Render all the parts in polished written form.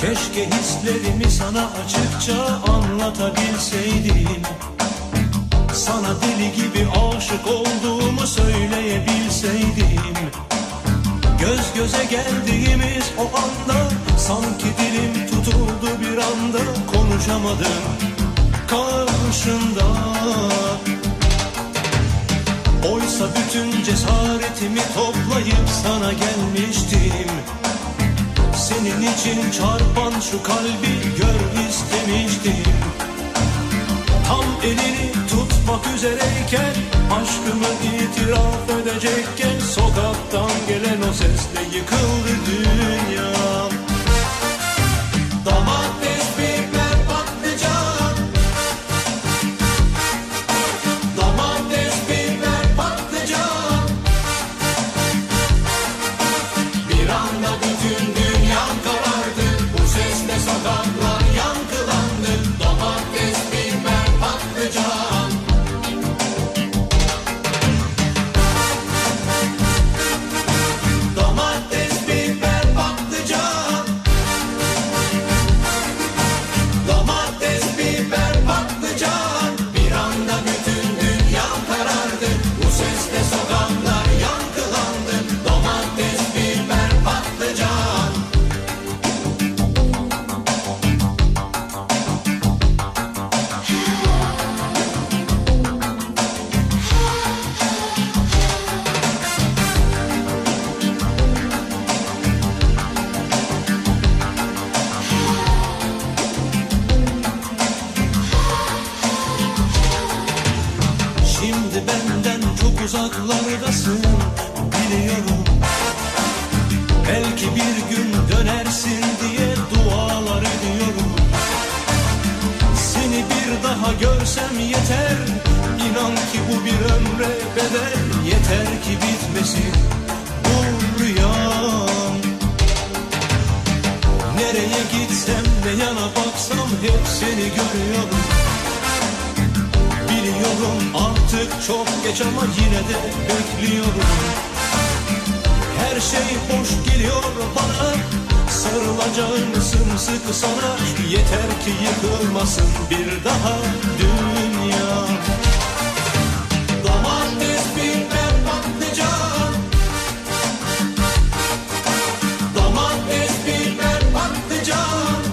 Keşke hislerimi sana açıkça anlatabilseydim. Sana deli gibi aşık olduğumu söyleyebilseydim. Göz göze geldiğimiz o anda sanki dilim tutuldu bir anda, konuşamadım karşında. Oysa bütün cesaretimi toplayıp sana gelmiştim. Senin için çarpan şu kalbi gör istemiştim. Tam elini tutmak üzereyken, aşkımı itiraf edecekken, sokaktan gelen o sesle yıkıldı dünyam. Domates, biber, patlıcan. Domates, biber, patlıcan. Bir anda bütün dünyam karardı. Bu sesle sokaklar yankılandı. Domates, biber, patlıcan. Domates, biber, patlıcan. Domates, biber, patlıcan. Bir anda bütün dünya karardı. Bu sesle sokaklar yankılandı. Domates, biber, patlıcan. Şimdi benden çok uzaklardasın, biliyorum. Belki bir gün dönersin diye dualar ediyorum. Seni bir daha görsem yeter, inan ki bu bir ömre bedel. Yeter ki bitmesin bu rüyam. Nereye gitsem, ne yana baksam hep seni görüyorum. Biliyorum artık çok geç ama yine de bekliyorum. Her şey boş geliyor bana, sarılacağım sımsıkı sana. Yeter ki yıkılmasın bir daha dünya. Domates, biber, patlıcan. Domates, biber, patlıcan.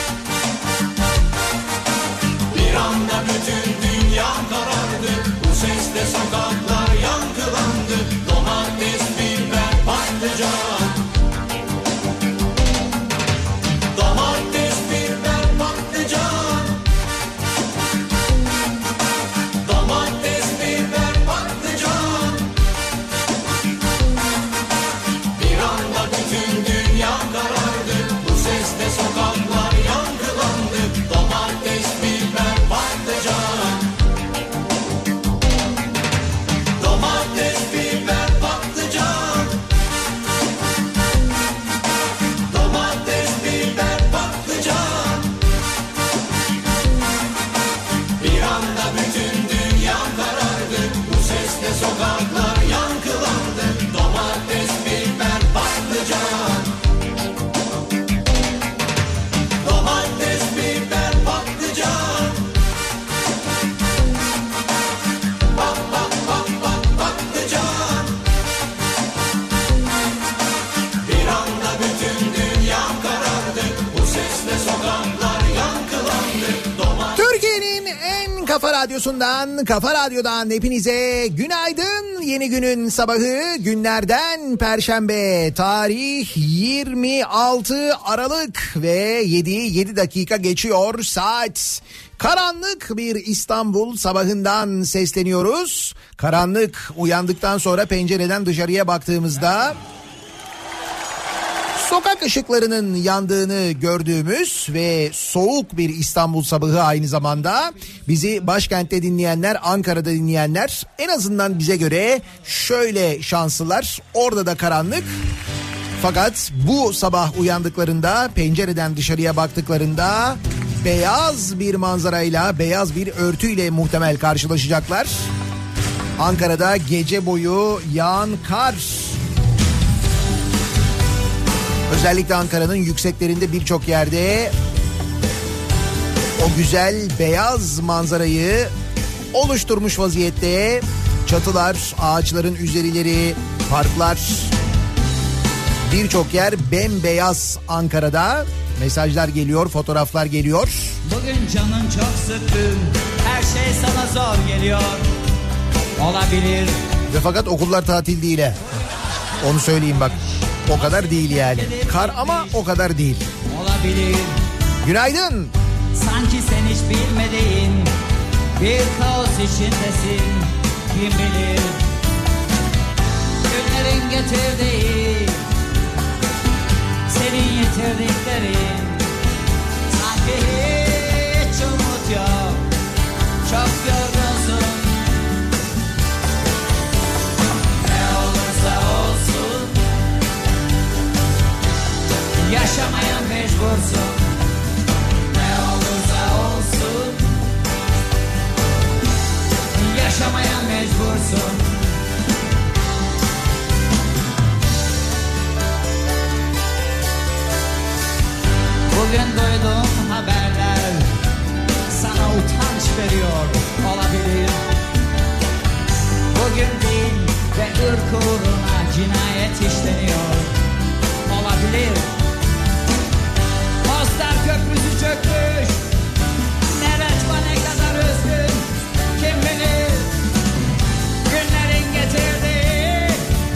Bir anda bütün dünya karardı. Bu sesle sokaklar yankılandı. Domates, biber, patlıcan. Domates, biber, patlıcan. Domates, biber, patlıcan. Bir anda bütün dünya karardı. Bu sesle sokaklar yankılandı. Domates, biber, patlıcan. Domates, biber, patlıcan. Domates, biber, patlıcan. Bir anda bütün dünya karardı. Bu sesle sokaklar yankılandı. Domates, biber, patlıcan. Domates, biber, patlıcan. Bak bak bak bak patlıcan. Bir anda bütün dünya karardı. Bu sesle sokaklar yankılandı. Türkiye'nin en kafa radyosundan, Kafa Radyo'dan hepinize günaydın. Yeni günün sabahı, günlerden Perşembe, tarih 26 Aralık ve 7 dakika geçiyor saat. Karanlık bir İstanbul sabahından sesleniyoruz. Karanlık, uyandıktan sonra pencereden dışarıya baktığımızda sokak ışıklarının yandığını gördüğümüz ve soğuk bir İstanbul sabahı aynı zamanda. Bizi başkentte dinleyenler, Ankara'da dinleyenler en azından bize göre şöyle şanslılar. Orada da karanlık. Fakat bu sabah uyandıklarında, pencereden dışarıya baktıklarında beyaz bir manzarayla, beyaz bir örtüyle muhtemel karşılaşacaklar. Ankara'da gece boyu yağan kar. Özellikle Ankara'nın yükseklerinde birçok yerde o güzel beyaz manzarayı oluşturmuş vaziyette. Çatılar, ağaçların üzerileri, parklar, birçok yer bembeyaz Ankara'da. Mesajlar geliyor, fotoğraflar geliyor. Bugün canın çok sıkkın, her şey sana zor geliyor. Olabilir. Ve fakat okullar tatil değil he. Onu söyleyeyim bak. O kadar değil yani. Kar ama o kadar değil. Olabilir. Günaydın. Sanki sen hiç bilmediğin bir kaos içindesin. Kim bilir? Günlerin getirdiği, senin yitirdiklerin. Sanki hiç umut yok, çok yorgunsun. Ne olursa olsun yaşamaya mecbursun. Ne olursa olsun yaşamaya mecbursun. Bugün duyduğum haberler sana utanç veriyor olabilir. Bugün din ve ırk uğruna cinayet işleniyor olabilir. Mostar Köprüsü çökmüş, Neretva ne kadar üzgün kim bilir. Günlerin getirdiği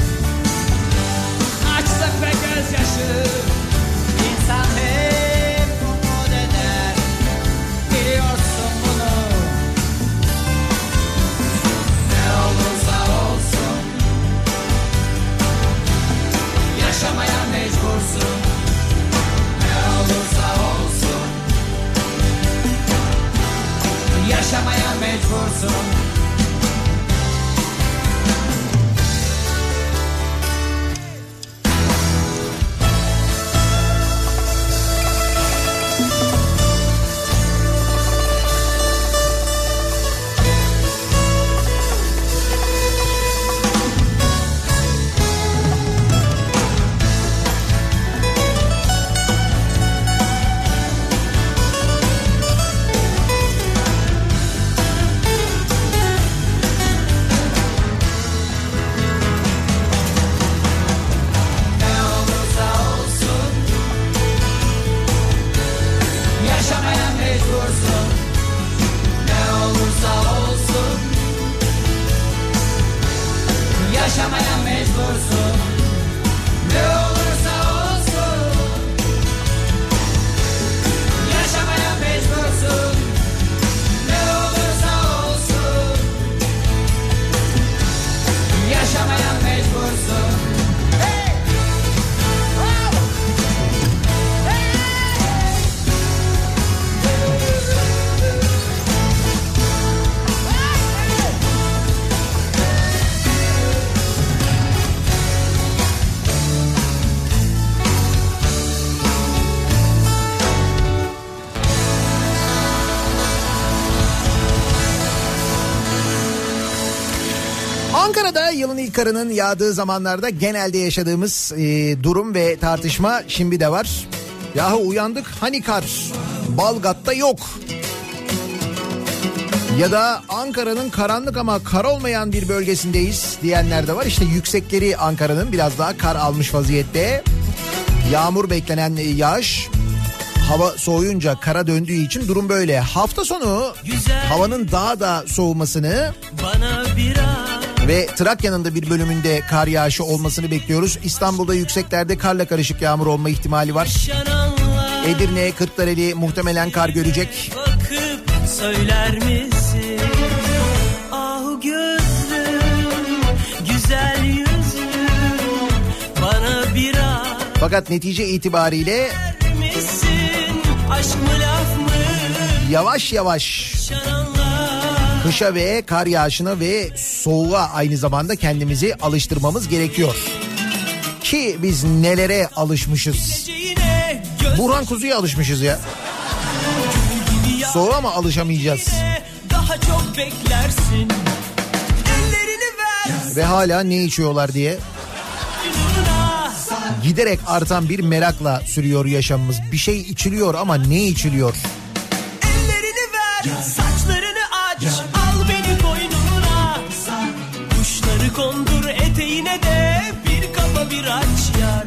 açlık ve gözyaşı. İnsan hep umut eder, biliyorsun bunu. Ne olursa olsun yaşamaya mecbursun. Ne olursa olsun yaşamaya mecbursun. Yaşamaya mecbursun. Ne olursa olsun yaşamaya mecbursun. Ne olursa olsun yaşamaya mecbursun. Hey! Oh! Hey! Ankara'da yılın ilk karının yağdığı zamanlarda genelde yaşadığımız durum ve tartışma şimdi de var. Yahu uyandık hani kar, Balgat'ta yok. Ya da Ankara'nın karanlık ama kar olmayan bir bölgesindeyiz diyenler de var. İşte yüksekleri Ankara'nın biraz daha kar almış vaziyette. Yağmur beklenen yağış, hava soğuyunca kara döndüğü için durum böyle. Hafta sonu havanın daha da soğumasını ve Trakya'nın da bir bölümünde kar yağışı olmasını bekliyoruz. İstanbul'da yükseklerde karla karışık yağmur olma ihtimali var. Edirne, Kırklareli muhtemelen kar görecek. Bakıp söyler misin? Ah gözlüm, güzel yüzlüm, bana biraz. Fakat netice itibariyle aşk mı laf mı? Yavaş yavaş kışa ve kar yağışına ve soğuğa aynı zamanda kendimizi alıştırmamız gerekiyor. Ki biz nelere alışmışız? Burhan Kuzu'ya alışmışız ya. Soğuğa mı alışamayacağız? Daha çok beklersin. Ellerini ver. Ve hala ne içiyorlar diye giderek artan bir merakla sürüyor yaşamımız. Bir şey içiliyor ama ne içiliyor? Ellerini ver, saçlarını aç, al beni koynuna. Kuşları kondur eteğine de bir kafa bir aç yar.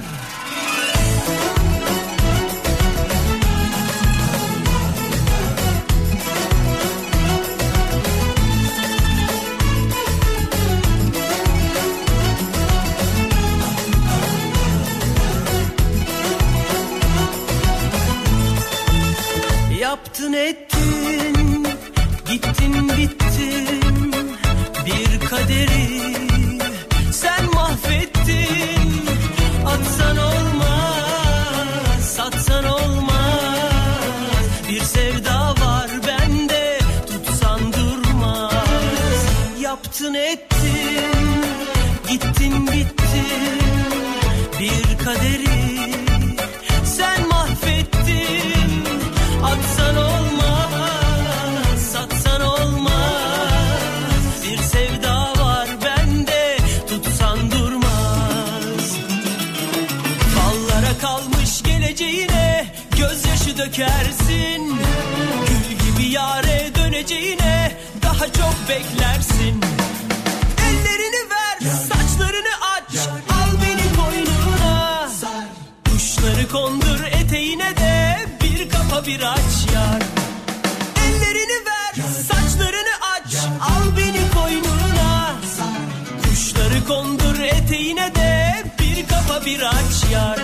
Yaptın ettin, gittin bittin, bir kaderi sen mahvettin. Atsan olmaz, satsan olmaz, bir sevda var bende, tutsan durmaz. Yaptın ettin, gittin bittin, bir kaderi sen mahvettin. Atsan olmaz, satsan olmaz, bir sevda var bende, tutsan durmaz. Fallara kalmış geleceğine gözyaşı dökersin. Gül gibi yâre döneceğine daha çok beklersin. Ellerini ver, saçlarını aç, al beni koynuna. Kuşları kondur eteğine de bir kafa bir aç yar. Ellerini ver, saçlarını aç, al beni koynuna. Kuşları kondur eteğine de bir kafa bir aç yar.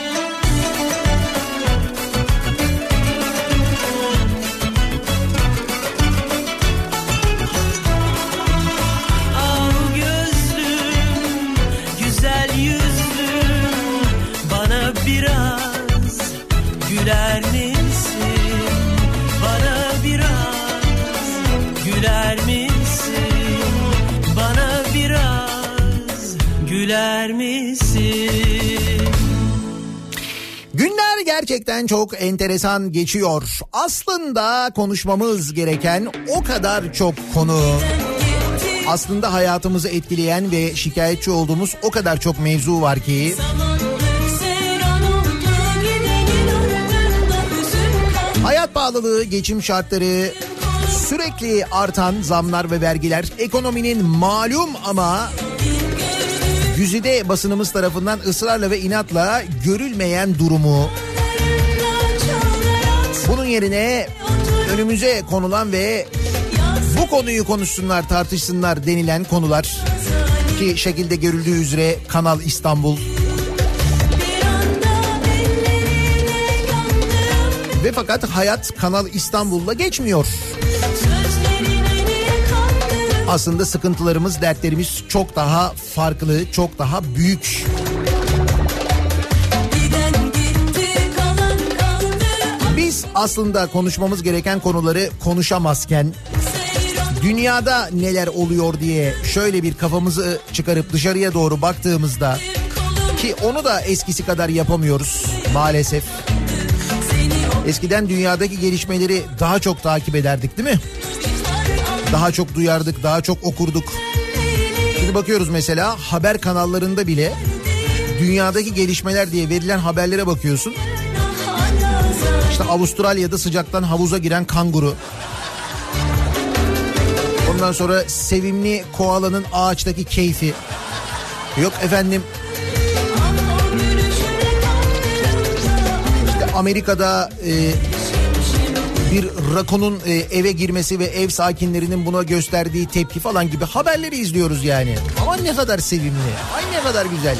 Al gözlüm, güzel yüzlüm, bana biraz güler misin? Bana biraz güler misin? Bana biraz güler misin? Günler gerçekten çok enteresan geçiyor. Aslında konuşmamız gereken o kadar çok konu. Aslında hayatımızı etkileyen ve şikayetçi olduğumuz o kadar çok mevzu var ki. Hayat pahalılığı, geçim şartları, sürekli artan zamlar ve vergiler, ekonominin malum ama güzide basınımız tarafından ısrarla ve inatla görülmeyen durumu. Bunun yerine önümüze konulan ve bu konuyu konuşsunlar, tartışsınlar denilen konular ki şekilde görüldüğü üzere Kanal İstanbul. Ve fakat hayat Kanal İstanbul'la geçmiyor. Aslında sıkıntılarımız, dertlerimiz çok daha farklı, çok daha büyük. Biz aslında konuşmamız gereken konuları konuşamazken, dünyada neler oluyor diye şöyle bir kafamızı çıkarıp dışarıya doğru baktığımızda, ki onu da eskisi kadar yapamıyoruz maalesef. Eskiden dünyadaki gelişmeleri daha çok takip ederdik, değil mi? Daha çok duyardık, daha çok okurduk. Şimdi bakıyoruz mesela haber kanallarında bile dünyadaki gelişmeler diye verilen haberlere bakıyorsun. İşte Avustralya'da sıcaktan havuza giren kanguru. Ondan sonra sevimli koalanın ağaçtaki keyfi. Yok efendim. İşte Amerika'da bir rakonun eve girmesi ve ev sakinlerinin buna gösterdiği tepki falan gibi haberleri izliyoruz yani. Ama ne kadar sevimli, ay ne kadar güzel.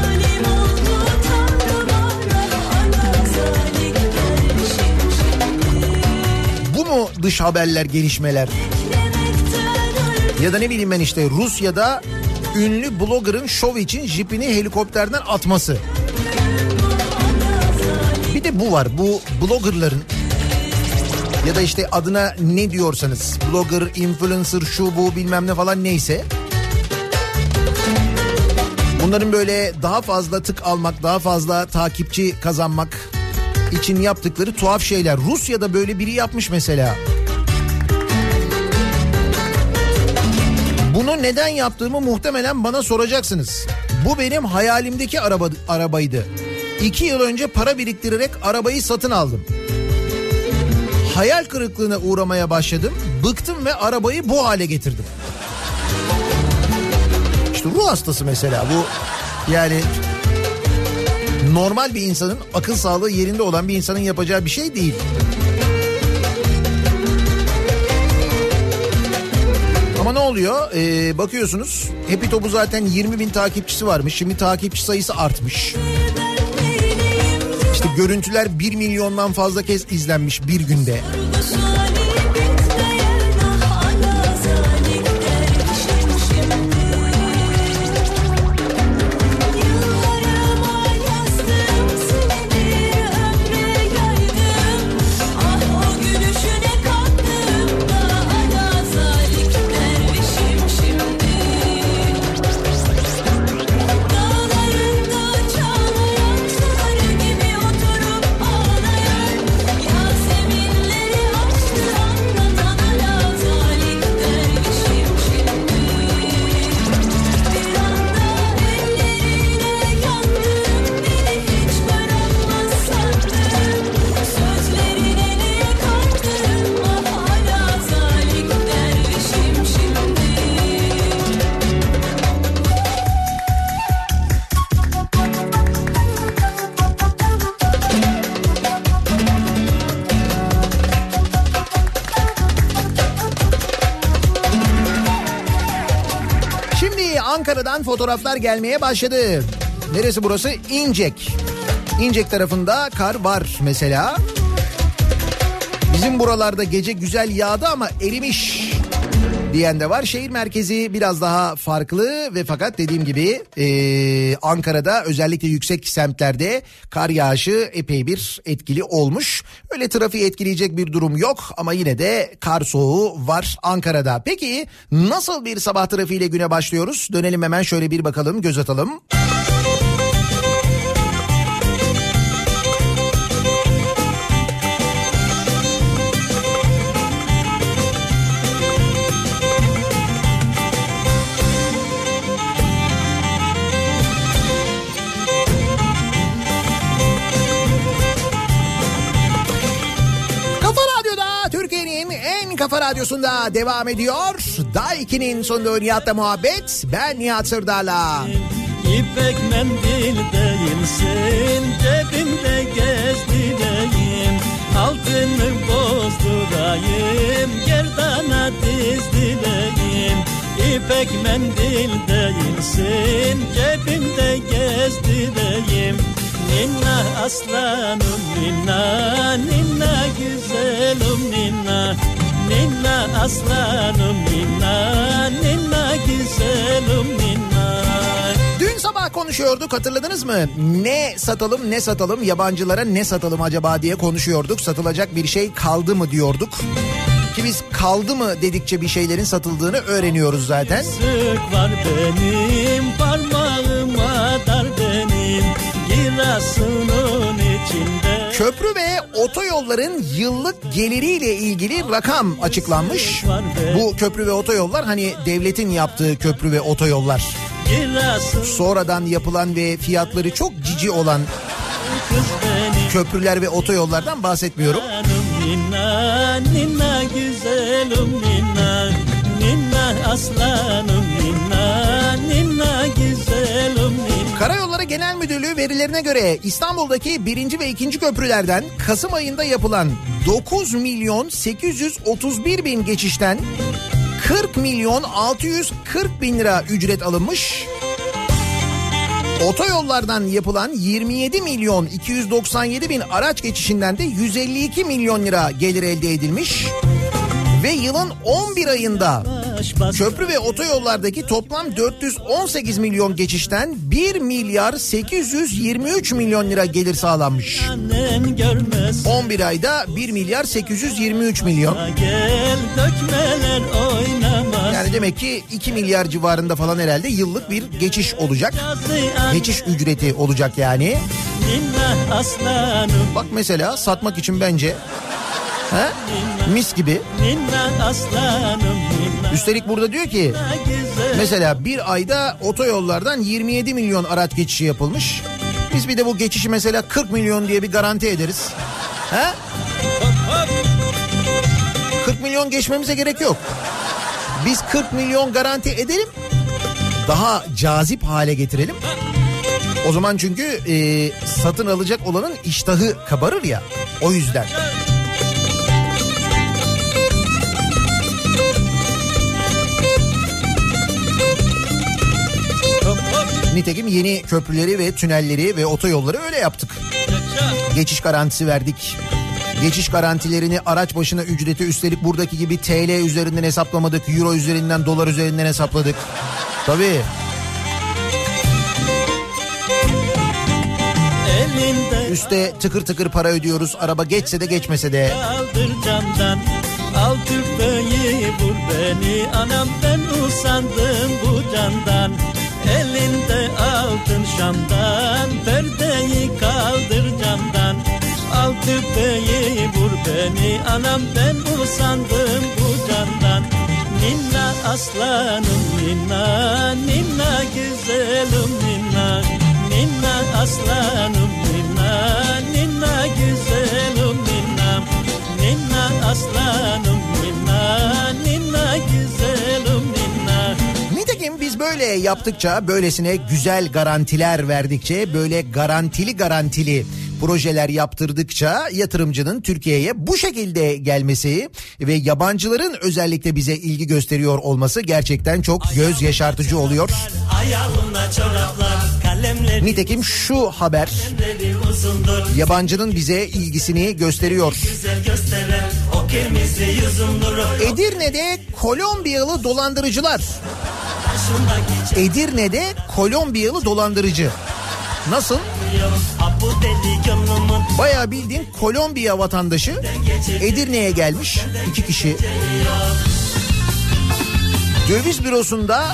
Bu mu dış haberler, gelişmeler? Ya da ne bileyim ben işte Rusya'da ünlü blogger'ın şov için jipini helikopterden atması. Bir de bu var, bu blogger'ların ya da işte adına ne diyorsanız, blogger, influencer, şu bu bilmem ne falan neyse. Bunların böyle daha fazla tık almak, daha fazla takipçi kazanmak için yaptıkları tuhaf şeyler. Rusya'da böyle biri yapmış mesela. Bunu neden yaptığımı muhtemelen bana soracaksınız. Bu benim hayalimdeki arabaydı. 2 yıl önce para biriktirerek arabayı satın aldım. Hayal kırıklığına uğramaya başladım. Bıktım ve arabayı bu hale getirdim. İşte ruh hastası mesela bu. Yani normal bir insanın, akıl sağlığı yerinde olan bir insanın yapacağı bir şey değil. Ama ne oluyor? Bakıyorsunuz Happy Top'u zaten 20.000 takipçisi varmış. Şimdi takipçi sayısı artmış. İşte görüntüler 1 milyondan fazla kez izlenmiş bir günde. Ankara'dan fotoğraflar gelmeye başladı. Neresi burası? İncek. İncek tarafında kar var mesela. Bizim buralarda gece güzel yağdı ama erimiş diyen de var. Şehir merkezi biraz daha farklı ve fakat dediğim gibi Ankara'da özellikle yüksek semtlerde kar yağışı epey bir etkili olmuş. Öyle trafiği etkileyecek bir durum yok ama yine de kar soğuğu var Ankara'da. Peki nasıl bir sabah trafiğiyle güne başlıyoruz? Dönelim hemen şöyle bir bakalım, göz atalım. Kafa Radyosu'nda devam ediyor. Daiki'nin sonunda Nihat'la muhabbet. Ben Nihat Sırdar'la. İpek mendil değilsin, cebimde gezdireyim. Altını bozdurayım, gerdana dizdireyim. İpek mendil değilsin, cebimde gezdireyim. Ninna aslanım ninna, ninna güzelim ninna. Ninna aslanım ninna, ninna güzelim ninna. Dün sabah konuşuyorduk, hatırladınız mı? Ne satalım ne satalım, yabancılara ne satalım acaba diye konuşuyorduk. Satılacak bir şey kaldı mı diyorduk. Ki biz kaldı mı dedikçe bir şeylerin satıldığını öğreniyoruz zaten. Sık var benim parmağıma dar benim, Giresun'un içinde. Köprü ve otoyolların yıllık geliriyle ilgili rakam açıklanmış. Bu köprü ve otoyollar hani devletin yaptığı köprü ve otoyollar. Sonradan yapılan ve fiyatları çok cici olan köprüler ve otoyollardan bahsetmiyorum. Ninna, ninna güzelim ninna, ninna aslanım ninna, ninna güzelim ninna. Karayolları Genel Müdürlüğü verilerine göre İstanbul'daki 1. ve 2. köprülerden Kasım ayında yapılan 9 milyon 831 bin geçişten 40 milyon 640 bin lira ücret alınmış. Otoyollardan yapılan 27 milyon 297 bin araç geçişinden de 152 milyon lira gelir elde edilmiş. Ve yılın 11 ayında köprü ve otoyollardaki toplam 418 milyon geçişten 1 milyar 823 milyon lira gelir sağlanmış. 11 ayda 1 milyar 823 milyon. Yani demek ki 2 milyar civarında falan herhalde yıllık bir geçiş olacak. Geçiş ücreti olacak yani. Bak mesela satmak için bence He? Mis gibi. Ninna aslanım ninna. Üstelik burada diyor ki mesela bir ayda otoyollardan 27 milyon araç geçişi yapılmış. Biz bir de bu geçişi mesela 40 milyon diye bir garanti ederiz. He? 40 milyon geçmemize gerek yok. Biz 40 milyon garanti edelim. Daha cazip hale getirelim. O zaman çünkü satın alacak olanın iştahı kabarır ya. O yüzden. Nitekim yeni köprüleri ve tünelleri ve otoyolları öyle yaptık. Geçiş garantisi verdik. Geçiş garantilerini araç başına ücreti üstelik buradaki gibi TL üzerinden hesaplamadık. Euro üzerinden, dolar üzerinden hesapladık. Tabii. Üste tıkır tıkır para ödüyoruz. Araba geçse de geçmese de. Kaldır camdan, al tüfeği vur beni. Anam ben usandım bu candan. Elinde altın şamdan, perdeyi kaldır camdan. Al tüfeği vur beni. Anam ben usandım bu candan. Ninna aslanım ninna, ninna güzelim ninna. Ninna aslanım ninna, ninna güzelim ninna. Ninna aslanım ninna, ninna güzelim ninna. Nitekim biz böyle yaptıkça, böylesine güzel garantiler verdikçe, böyle garantili projeler yaptırdıkça yatırımcının Türkiye'ye bu şekilde gelmesi ve yabancıların özellikle bize ilgi gösteriyor olması gerçekten çok göz yaşartıcı oluyor. Nitekim şu haber yabancının bize ilgisini gösteriyor. Edirne'de Kolombiyalı dolandırıcılar. Edirne'de Kolombiyalı dolandırıcı. Nasıl? Bayağı bildiğin Kolombiya vatandaşı Edirne'ye gelmiş 2 kişi. Döviz bürosunda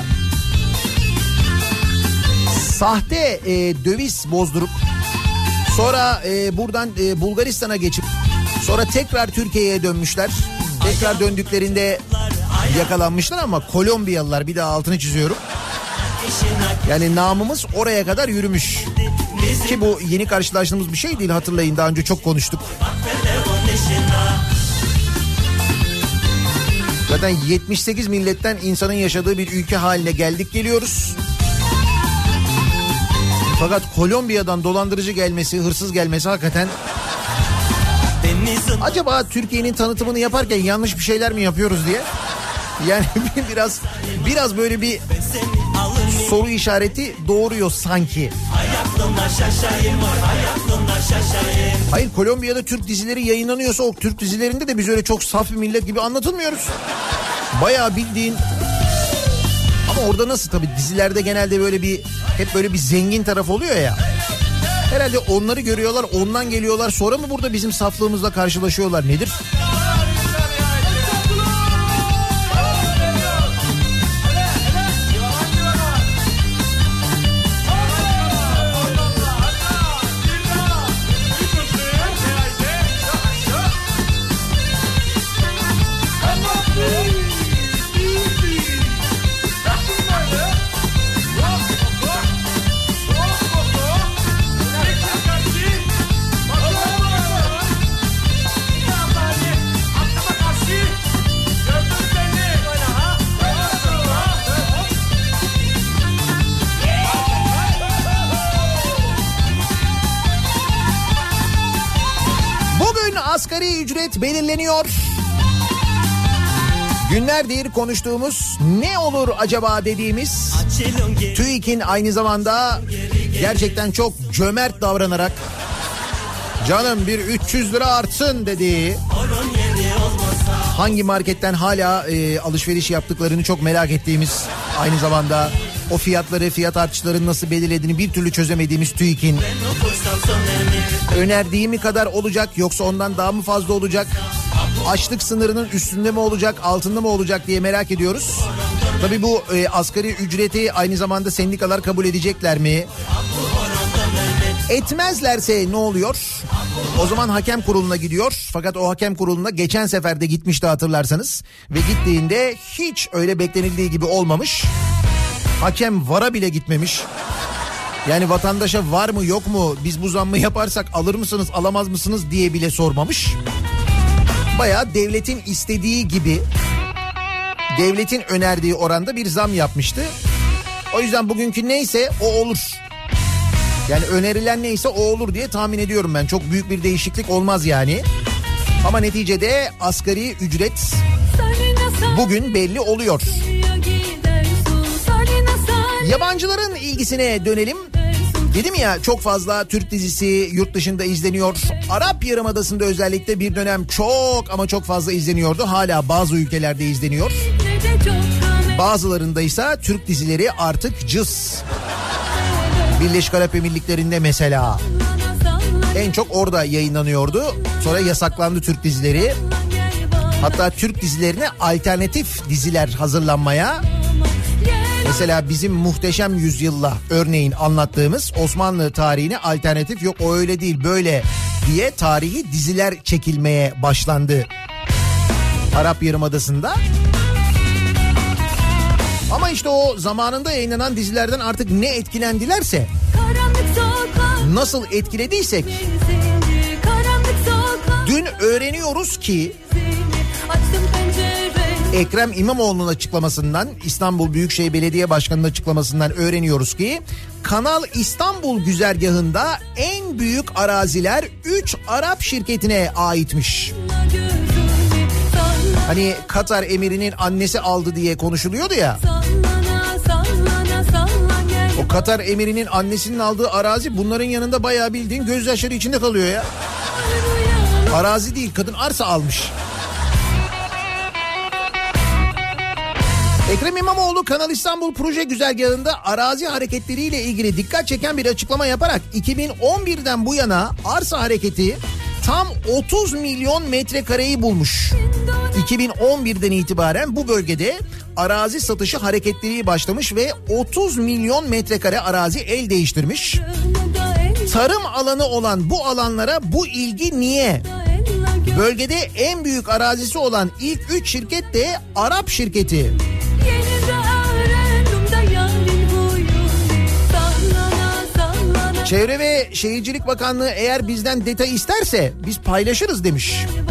sahte döviz bozdurup sonra buradan Bulgaristan'a geçip sonra tekrar Türkiye'ye dönmüşler. Tekrar döndüklerinde yakalanmışlar ama Kolombiyalılar, bir daha altını çiziyorum. Yani namımız oraya kadar yürümüş. Ki bu yeni karşılaştığımız bir şey değil, hatırlayın, daha önce çok konuştuk. Zaten 78 milletten insanın yaşadığı bir ülke haline geldik geliyoruz. Fakat Kolombiya'dan dolandırıcı gelmesi, hırsız gelmesi hakikaten... Acaba Türkiye'nin tanıtımını yaparken yanlış bir şeyler mi yapıyoruz diye? Yani biraz böyle bir soru işareti doğuruyor sanki. Hayır, Kolombiya'da Türk dizileri yayınlanıyorsa o Türk dizilerinde de biz öyle çok saf bir millet gibi anlatılmıyoruz. Bayağı bildiğin... Ama orada nasıl, tabii dizilerde genelde böyle bir hep böyle bir zengin taraf oluyor ya. Herhalde onları görüyorlar, ondan geliyorlar, sonra mı burada bizim saflığımızla karşılaşıyorlar, nedir? Asgari ücret belirleniyor. Günlerdir konuştuğumuz, ne olur acaba dediğimiz, TÜİK'in aynı zamanda gerçekten çok cömert davranarak canım bir 300 lira artsın dediği, hangi marketten hala alışveriş yaptıklarını çok merak ettiğimiz, aynı zamanda o fiyatları, fiyat artışlarını nasıl belirlediğini bir türlü çözemediğimiz TÜİK'in önerdiği mi kadar olacak yoksa ondan daha mı fazla olacak? Açlık sınırının üstünde mi olacak, altında mı olacak diye merak ediyoruz. Tabii bu asgari ücreti aynı zamanda sendikalar kabul edecekler mi? Etmezlerse ne oluyor? O zaman hakem kuruluna gidiyor. Fakat o hakem kuruluna geçen sefer de gitmişti hatırlarsanız. Ve gittiğinde hiç öyle beklenildiği gibi olmamış. Hakem VAR'a bile gitmemiş. Yani vatandaşa var mı yok mu, biz bu zammı yaparsak alır mısınız alamaz mısınız diye bile sormamış. Bayağı devletin istediği gibi, devletin önerdiği oranda bir zam yapmıştı. O yüzden bugünkü neyse o olur. Yani önerilen neyse o olur diye tahmin ediyorum ben. Çok büyük bir değişiklik olmaz yani. Ama neticede asgari ücret bugün belli oluyor. Yabancıların ilgisine dönelim. Dedim ya, çok fazla Türk dizisi yurt dışında izleniyor. Arap Yarımadası'nda özellikle bir dönem çok ama çok fazla izleniyordu. Hala bazı ülkelerde izleniyor. Bazılarında ise Türk dizileri artık cız. Birleşik Arap Emirlikleri'nde mesela. En çok orada yayınlanıyordu. Sonra yasaklandı Türk dizileri. Hatta Türk dizilerine alternatif diziler hazırlanmaya. Mesela bizim Muhteşem Yüzyıl'la örneğin anlattığımız Osmanlı tarihine alternatif, yok o öyle değil böyle diye tarihi diziler çekilmeye başlandı Arap Yarımadası'nda. Ama işte o zamanında yayınlanan dizilerden artık ne etkilendilerse, nasıl etkilediysek, dün öğreniyoruz ki Ekrem İmamoğlu'nun açıklamasından, İstanbul Büyükşehir Belediye Başkanı'nın açıklamasından öğreniyoruz ki Kanal İstanbul güzergahında en büyük araziler 3 Arap şirketine aitmiş. Hani Katar emirinin annesi aldı diye konuşuluyordu ya. O Katar emirinin annesinin aldığı arazi bunların yanında bayağı bildiğin gözyaşları içinde kalıyor ya. Arazi değil, kadın arsa almış. Ekrem İmamoğlu Kanal İstanbul proje güzergahında arazi hareketleriyle ilgili dikkat çeken bir açıklama yaparak 2011'den bu yana arsa hareketi tam 30 milyon metrekareyi bulmuş. 2011'den itibaren bu bölgede arazi satışı hareketleri başlamış ve 30 milyon metrekare arazi el değiştirmiş. Tarım alanı olan bu alanlara bu ilgi niye? Bölgede en büyük arazisi olan ilk 3 şirket de Arap şirketi. Çevre ve Şehircilik Bakanlığı eğer bizden detay isterse biz paylaşırız demiş.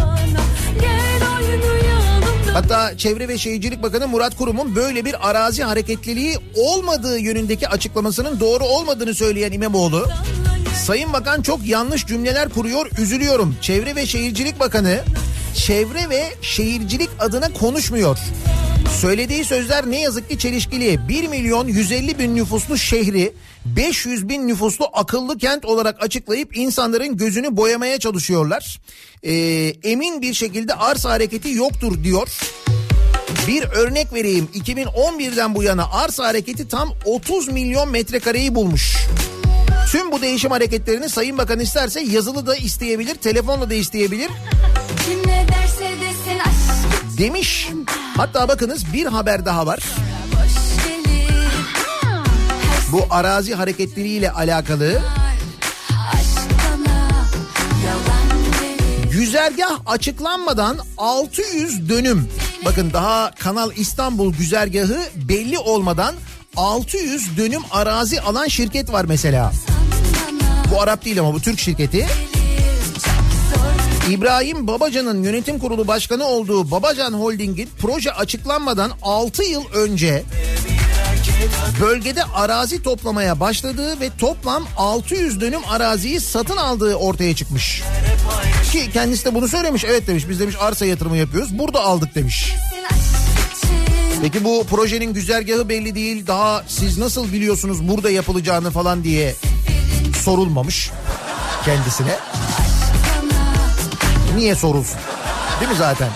Hatta Çevre ve Şehircilik Bakanı Murat Kurum'un böyle bir arazi hareketliliği olmadığı yönündeki açıklamasının doğru olmadığını söyleyen İmamoğlu, Sayın Bakan çok yanlış cümleler kuruyor, üzülüyorum. Çevre ve Şehircilik Bakanı çevre ve şehircilik adına konuşmuyor. Söylediği sözler ne yazık ki çelişkili. 1.150.000 nüfuslu şehri 500.000 nüfuslu akıllı kent olarak açıklayıp insanların gözünü boyamaya çalışıyorlar. Emin bir şekilde arsa hareketi yoktur diyor. Bir örnek vereyim. 2011'den bu yana arsa hareketi tam 30 milyon metrekareyi bulmuş. Tüm bu değişim hareketlerini Sayın Bakan isterse yazılı da isteyebilir, telefonla da isteyebilir. Kim ne derse desin aşk demiş. Hatta bakınız bir haber daha var. Bu arazi hareketleriyle alakalı. Güzergah açıklanmadan 600 dönüm. Bakın daha Kanal İstanbul güzergahı belli olmadan 600 dönüm arazi alan şirket var mesela. Bu Arap değil ama bu Türk şirketi. İbrahim Babacan'ın yönetim kurulu başkanı olduğu Babacan Holding'in proje açıklanmadan 6 yıl önce bölgede arazi toplamaya başladığı ve toplam 600 dönüm araziyi satın aldığı ortaya çıkmış. Ki kendisi de bunu söylemiş. Evet demiş, biz demiş arsa yatırımı yapıyoruz, burada aldık demiş. Peki bu projenin güzergahı belli değil, daha siz nasıl biliyorsunuz burada yapılacağını falan diye sorulmamış kendisine. Niye sorulsun? Değil mi zaten?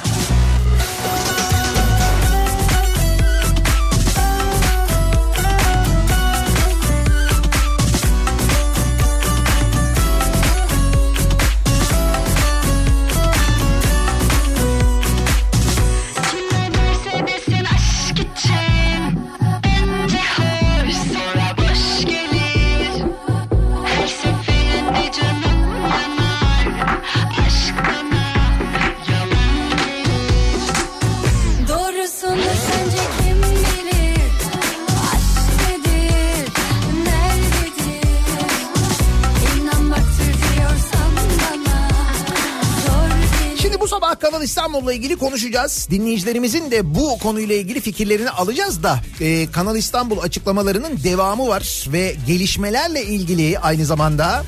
Kanal İstanbul'la ilgili konuşacağız. Dinleyicilerimizin de bu konuyla ilgili fikirlerini alacağız da Kanal İstanbul açıklamalarının devamı var ve gelişmelerle ilgili aynı zamanda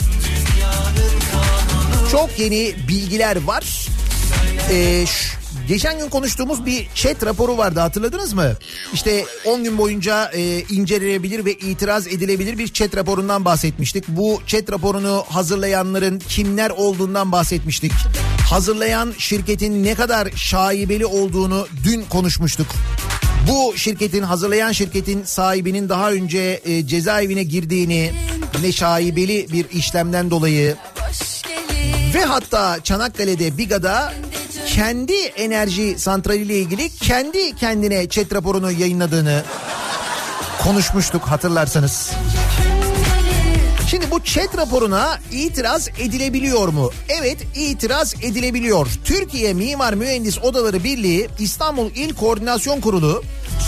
çok yeni bilgiler var. Geçen gün konuştuğumuz bir chat raporu vardı, hatırladınız mı? İşte 10 gün boyunca incelenebilir ve itiraz edilebilir bir chat raporundan bahsetmiştik. Bu chat raporunu hazırlayanların kimler olduğundan bahsetmiştik. Hazırlayan şirketin ne kadar şaibeli olduğunu dün konuşmuştuk. Bu hazırlayan şirketin sahibinin daha önce cezaevine girdiğini, ne şaibeli bir işlemden dolayı ve hatta Çanakkale'de Biga'da kendi enerji santraliyle ilgili kendi kendine chat raporunu yayınladığını konuşmuştuk, hatırlarsanız. Şimdi bu chat raporuna itiraz edilebiliyor mu? Evet, itiraz edilebiliyor. Türkiye Mimar Mühendis Odaları Birliği İstanbul İl Koordinasyon Kurulu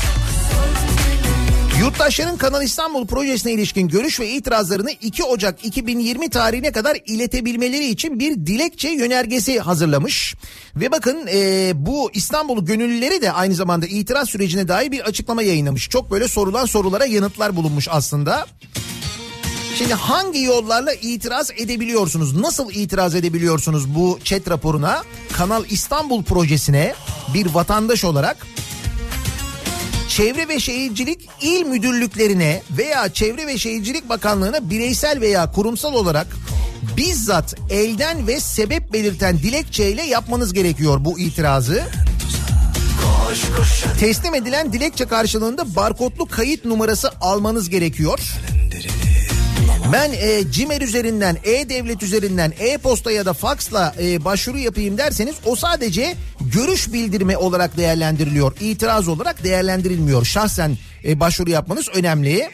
yurttaşların Kanal İstanbul projesine ilişkin görüş ve itirazlarını 2 Ocak 2020 tarihine kadar iletebilmeleri için bir dilekçe yönergesi hazırlamış. Ve bakın bu İstanbul gönüllüleri de aynı zamanda itiraz sürecine dair bir açıklama yayınlamış. Çok böyle sorulan sorulara yanıtlar bulunmuş aslında. Şimdi hangi yollarla itiraz edebiliyorsunuz? Nasıl itiraz edebiliyorsunuz bu chat raporuna? Kanal İstanbul projesine bir vatandaş olarak Çevre ve Şehircilik İl Müdürlüklerine veya Çevre ve Şehircilik Bakanlığı'na bireysel veya kurumsal olarak bizzat elden ve sebep belirten dilekçeyle yapmanız gerekiyor bu itirazı. Teslim edilen dilekçe karşılığında barkodlu kayıt numarası almanız gerekiyor. Ben Cimer üzerinden, E-Devlet üzerinden, E-Posta ya da faksla başvuru yapayım derseniz o sadece görüş bildirimi olarak değerlendiriliyor. İtiraz olarak değerlendirilmiyor. Şahsen başvuru yapmanız önemli.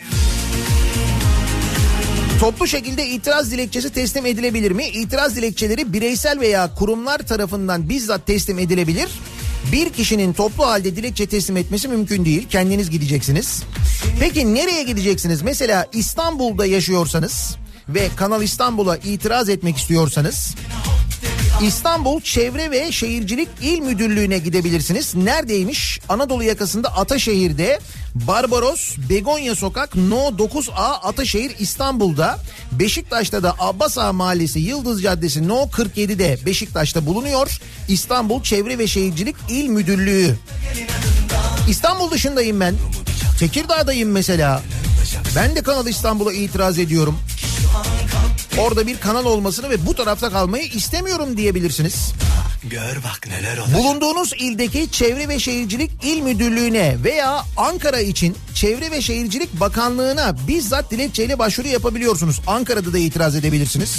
Toplu şekilde itiraz dilekçesi teslim edilebilir mi? İtiraz dilekçeleri bireysel veya kurumlar tarafından bizzat teslim edilebilir. Bir kişinin toplu halde dilekçe teslim etmesi mümkün değil. Kendiniz gideceksiniz. Peki nereye gideceksiniz? Mesela İstanbul'da yaşıyorsanız ve Kanal İstanbul'a itiraz etmek istiyorsanız İstanbul Çevre ve Şehircilik İl Müdürlüğü'ne gidebilirsiniz. Neredeymiş? Anadolu yakasında Ataşehir'de Barbaros Begonya Sokak No 9A Ataşehir İstanbul'da. Beşiktaş'ta da Abbas Ağa Mahallesi Yıldız Caddesi No 47'de Beşiktaş'ta bulunuyor. İstanbul Çevre ve Şehircilik İl Müdürlüğü. İstanbul dışındayım ben. Tekirdağ'dayım mesela. Ben de Kanal İstanbul'a itiraz ediyorum. Orada bir kanal olmasını ve bu tarafta kalmayı istemiyorum diyebilirsiniz. Gör bak neler olacak. Bulunduğunuz ildeki Çevre ve Şehircilik İl Müdürlüğü'ne veya Ankara için Çevre ve Şehircilik Bakanlığı'na bizzat dilekçeyle başvuru yapabiliyorsunuz. Ankara'da da itiraz edebilirsiniz.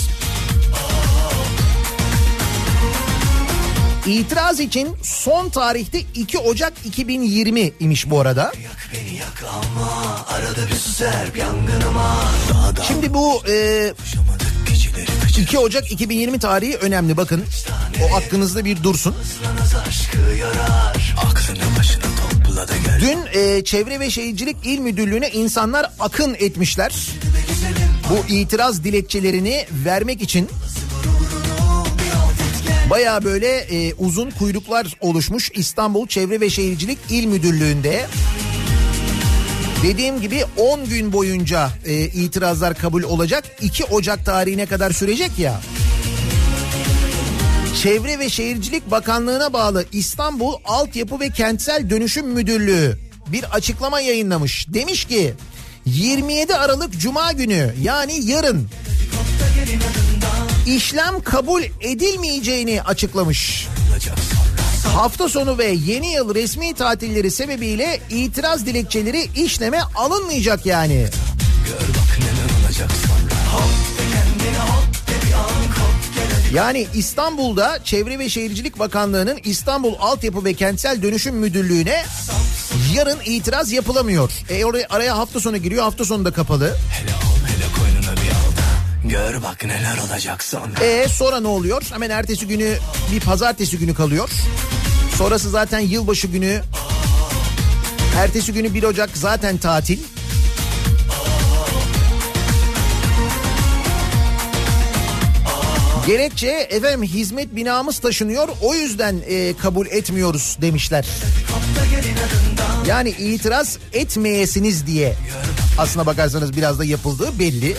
İtiraz için son tarihte 2 Ocak 2020 imiş bu arada. Yak beni yak ama arada bir su serp yangınıma. Dağdan Şimdi bu 2 Ocak 2020 tarihi önemli, bakın. O aklınızda bir dursun. Aklını başına topla da gel. Dün Çevre ve Şehircilik İl Müdürlüğü'ne insanlar akın etmişler. Bu itiraz dilekçelerini vermek için baya böyle uzun kuyruklar oluşmuş İstanbul Çevre ve Şehircilik İl Müdürlüğü'nde. Dediğim gibi 10 gün boyunca itirazlar kabul olacak. 2 Ocak tarihine kadar sürecek ya. Çevre ve Şehircilik Bakanlığı'na bağlı İstanbul Altyapı ve Kentsel Dönüşüm Müdürlüğü bir açıklama yayınlamış. Demiş ki 27 Aralık Cuma günü, yani yarın işlem kabul edilmeyeceğini açıklamış. Hafta sonu ve yeni yıl resmi tatilleri sebebiyle itiraz dilekçeleri işleme alınmayacak yani. Gör bak neler olacak sonra. Yani İstanbul'da Çevre ve Şehircilik Bakanlığı'nın İstanbul Altyapı ve Kentsel Dönüşüm Müdürlüğü'ne yarın itiraz yapılamıyor. Araya hafta sonu giriyor, hafta sonu da kapalı. Hele al hele koynuna bir al da gör bak neler olacak sonra. Sonra ne oluyor? Hemen ertesi günü bir pazartesi günü kalıyor. Sonrası zaten yılbaşı günü. Ertesi günü 1 Ocak zaten tatil. Gerekçe efendim hizmet binamız taşınıyor, o yüzden kabul etmiyoruz demişler. Yani itiraz etmeyesiniz diye aslına bakarsanız biraz da yapıldığı belli.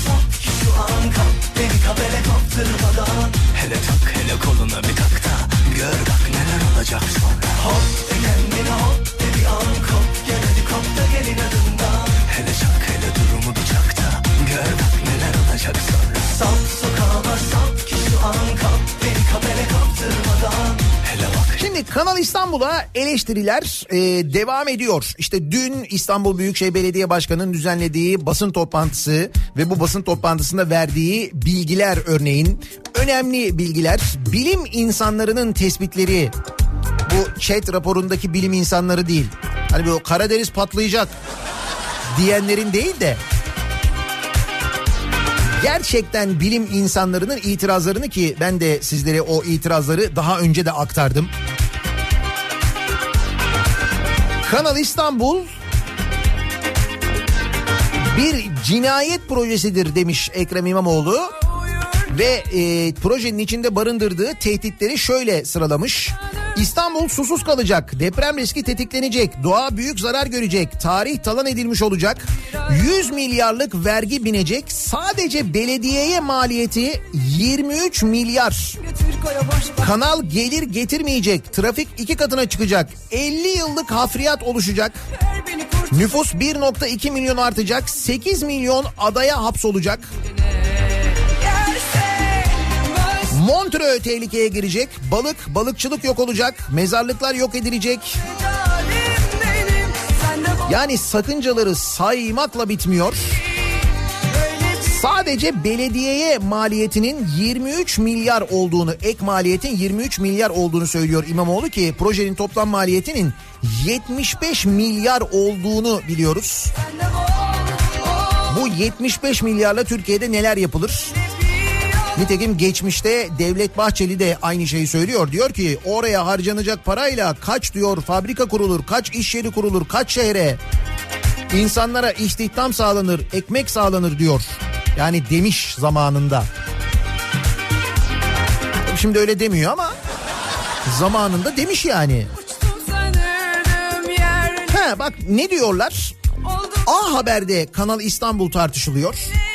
Hele tak hele koluna bir tak da gör bak neler olacak sonra. Hop de kendine hop de bir an kop gel hadi kop da gelin adından. Hele çak hele durumu bir çak da gör bak neler olacak sonra. Sap sokağıma sap ki şu an kap beni kabele kaptırmadan. Hele bak. Şimdi Kanal İstanbul'a eleştiriler devam ediyor. İşte dün İstanbul Büyükşehir Belediye Başkanı'nın düzenlediği basın toplantısı ve bu basın toplantısında verdiği bilgiler, örneğin önemli bilgiler, bilim insanlarının tespitleri. Bu chat raporundaki bilim insanları değil. Hani bu Karadeniz patlayacak diyenlerin değil de gerçekten bilim insanlarının itirazlarını, ki ben de sizlere o itirazları daha önce de aktardım. Kanal İstanbul bir cinayet projesidir demiş Ekrem İmamoğlu ve projenin içinde barındırdığı tehditleri şöyle sıralamış. İstanbul susuz kalacak, deprem riski tetiklenecek, doğa büyük zarar görecek, tarih talan edilmiş olacak, 100 milyarlık vergi binecek, sadece belediyeye maliyeti 23 milyar. Kanal gelir getirmeyecek, trafik 2 katına çıkacak, 50 yıllık hafriyat oluşacak, nüfus 1.2 milyon artacak, 8 milyon adaya hapsolacak. Montreux tehlikeye girecek, balıkçılık yok olacak, mezarlıklar yok edilecek. Yani sakıncaları saymakla bitmiyor. Sadece belediyeye maliyetinin 23 milyar olduğunu, ek maliyetin 23 milyar olduğunu söylüyor İmamoğlu, ki projenin toplam maliyetinin 75 milyar olduğunu biliyoruz. Bu 75 milyarla Türkiye'de neler yapılır? Nitekim geçmişte Devlet Bahçeli de aynı şeyi söylüyor. Diyor ki oraya harcanacak parayla kaç diyor fabrika kurulur, kaç iş yeri kurulur, kaç şehre insanlara istihdam sağlanır, ekmek sağlanır diyor. Yani demiş zamanında. Şimdi öyle demiyor ama zamanında demiş yani. He bak ne diyorlar? A Haber'de Kanal İstanbul tartışılıyor.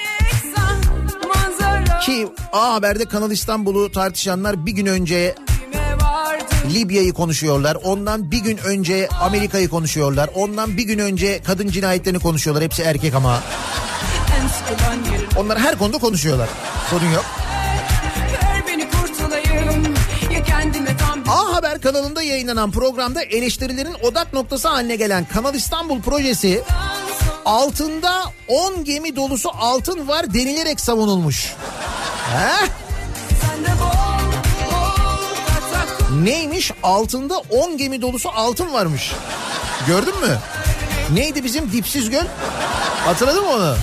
Ki A Haber'de Kanal İstanbul'u tartışanlar bir gün önce Libya'yı konuşuyorlar. Ondan bir gün önce Amerika'yı konuşuyorlar. Ondan bir gün önce kadın cinayetlerini konuşuyorlar. Hepsi erkek ama. Onlar her konuda konuşuyorlar. Sorun yok. A Haber kanalında yayınlanan programda eleştirilerin odak noktası haline gelen Kanal İstanbul projesi altında 10 gemi dolusu altın var denilerek savunulmuş. He? Neymiş? Altında 10 gemi dolusu altın varmış. Gördün mü? Neydi bizim Dipsiz Göl? Hatırladın mı onu?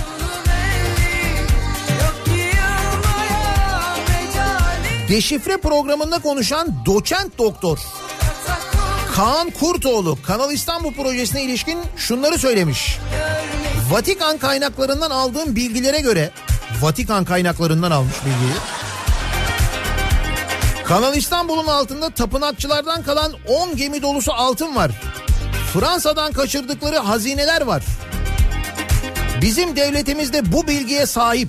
Deşifre programında konuşan doçent doktor Kaan Kurtoğlu Kanal İstanbul projesine ilişkin şunları söylemiş. Vatikan kaynaklarından aldığım bilgilere göre, Vatikan kaynaklarından almış bilgiyi, Kanal İstanbul'un altında tapınakçılardan kalan 10 gemi dolusu altın var. Fransa'dan kaçırdıkları hazineler var. Bizim devletimiz de bu bilgiye sahip.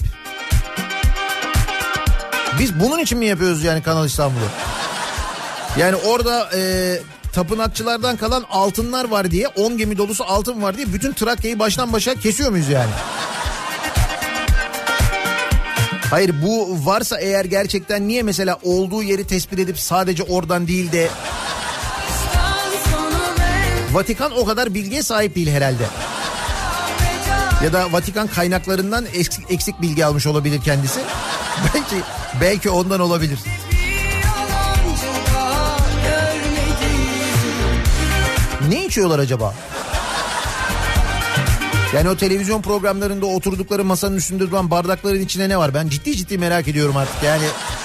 Biz bunun için mi yapıyoruz yani Kanal İstanbul'u? Yani orada tapınakçılardan kalan altınlar var diye, 10 gemi dolusu altın var diye bütün Trakya'yı baştan başa kesiyor muyuz yani? Hayır, bu varsa eğer gerçekten niye mesela olduğu yeri tespit edip sadece oradan değil de Vatikan o kadar bilgiye sahip değil herhalde. Ya da Vatikan kaynaklarından eksik bilgi almış olabilir kendisi. Belki ondan olabilir. Ne içiyorlar acaba? Yani o televizyon programlarında oturdukları masanın üstünde duran bardakların içine ne var? Ben ciddi merak ediyorum artık yani.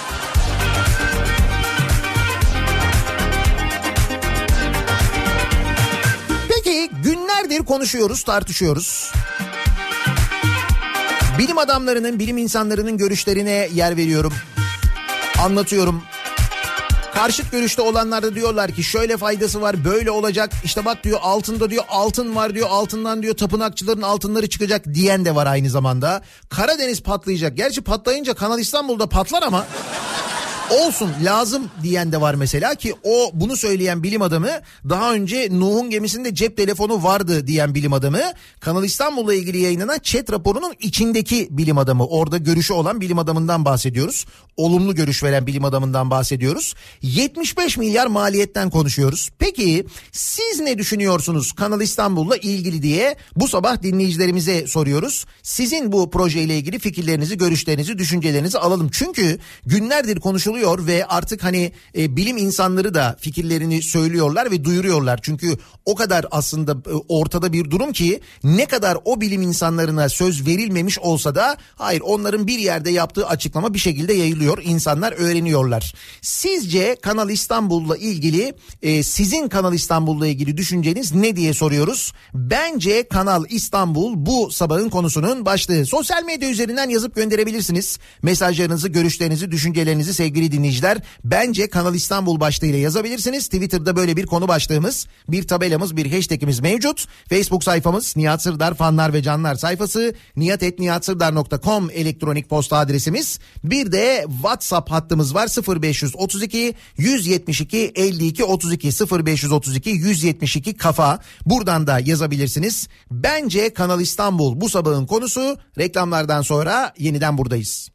Peki günlerdir konuşuyoruz, tartışıyoruz. Bilim adamlarının, bilim insanlarının görüşlerine yer veriyorum. anlatıyorum. Karşıt görüşte olanlar da diyorlar ki şöyle faydası var, böyle olacak. İşte bak diyor, altında diyor altın var diyor, altından diyor tapınakçıların altınları çıkacak diyen de var aynı zamanda. Karadeniz patlayacak. Gerçi patlayınca Kanal İstanbul'da patlar ama olsun, lazım diyen de var mesela, ki o bunu söyleyen bilim adamı daha önce Nuh'un gemisinde cep telefonu vardı diyen bilim adamı, Kanal İstanbul'la ilgili yayınlanan chat raporunun içindeki bilim adamı, orada görüşü olan bilim adamından bahsediyoruz. Olumlu görüş veren bilim adamından bahsediyoruz. 75 milyar maliyetten konuşuyoruz. Peki siz ne düşünüyorsunuz Kanal İstanbul'la ilgili diye bu sabah dinleyicilerimize soruyoruz. Sizin bu projeyle ilgili fikirlerinizi, görüşlerinizi, düşüncelerinizi alalım. Çünkü günlerdir konuşuluyor ve artık hani bilim insanları da fikirlerini söylüyorlar ve duyuruyorlar. Çünkü o kadar aslında ortada bir durum ki, ne kadar o bilim insanlarına söz verilmemiş olsa da hayır, onların bir yerde yaptığı açıklama bir şekilde yayılıyor. İnsanlar öğreniyorlar. Sizce Kanal İstanbul'la ilgili sizin Kanal İstanbul'la ilgili düşünceniz ne diye soruyoruz. Bence Kanal İstanbul bu sabahın konusunun başlığı. Sosyal medya üzerinden yazıp gönderebilirsiniz. Mesajlarınızı, görüşlerinizi, düşüncelerinizi sevgili dinleyiciler. Bence Kanal İstanbul başlığıyla yazabilirsiniz. Twitter'da böyle bir konu başlığımız, bir tabelamız, bir hashtagimiz mevcut. Facebook sayfamız Nihat Sırdar fanlar ve canlar sayfası, nihat@nihatsırdar.com elektronik posta adresimiz. Bir de WhatsApp hattımız var, 0532 172 52 32 0532 172 kafa. Buradan da yazabilirsiniz. Bence Kanal İstanbul bu sabahın konusu. Reklamlardan sonra yeniden buradayız.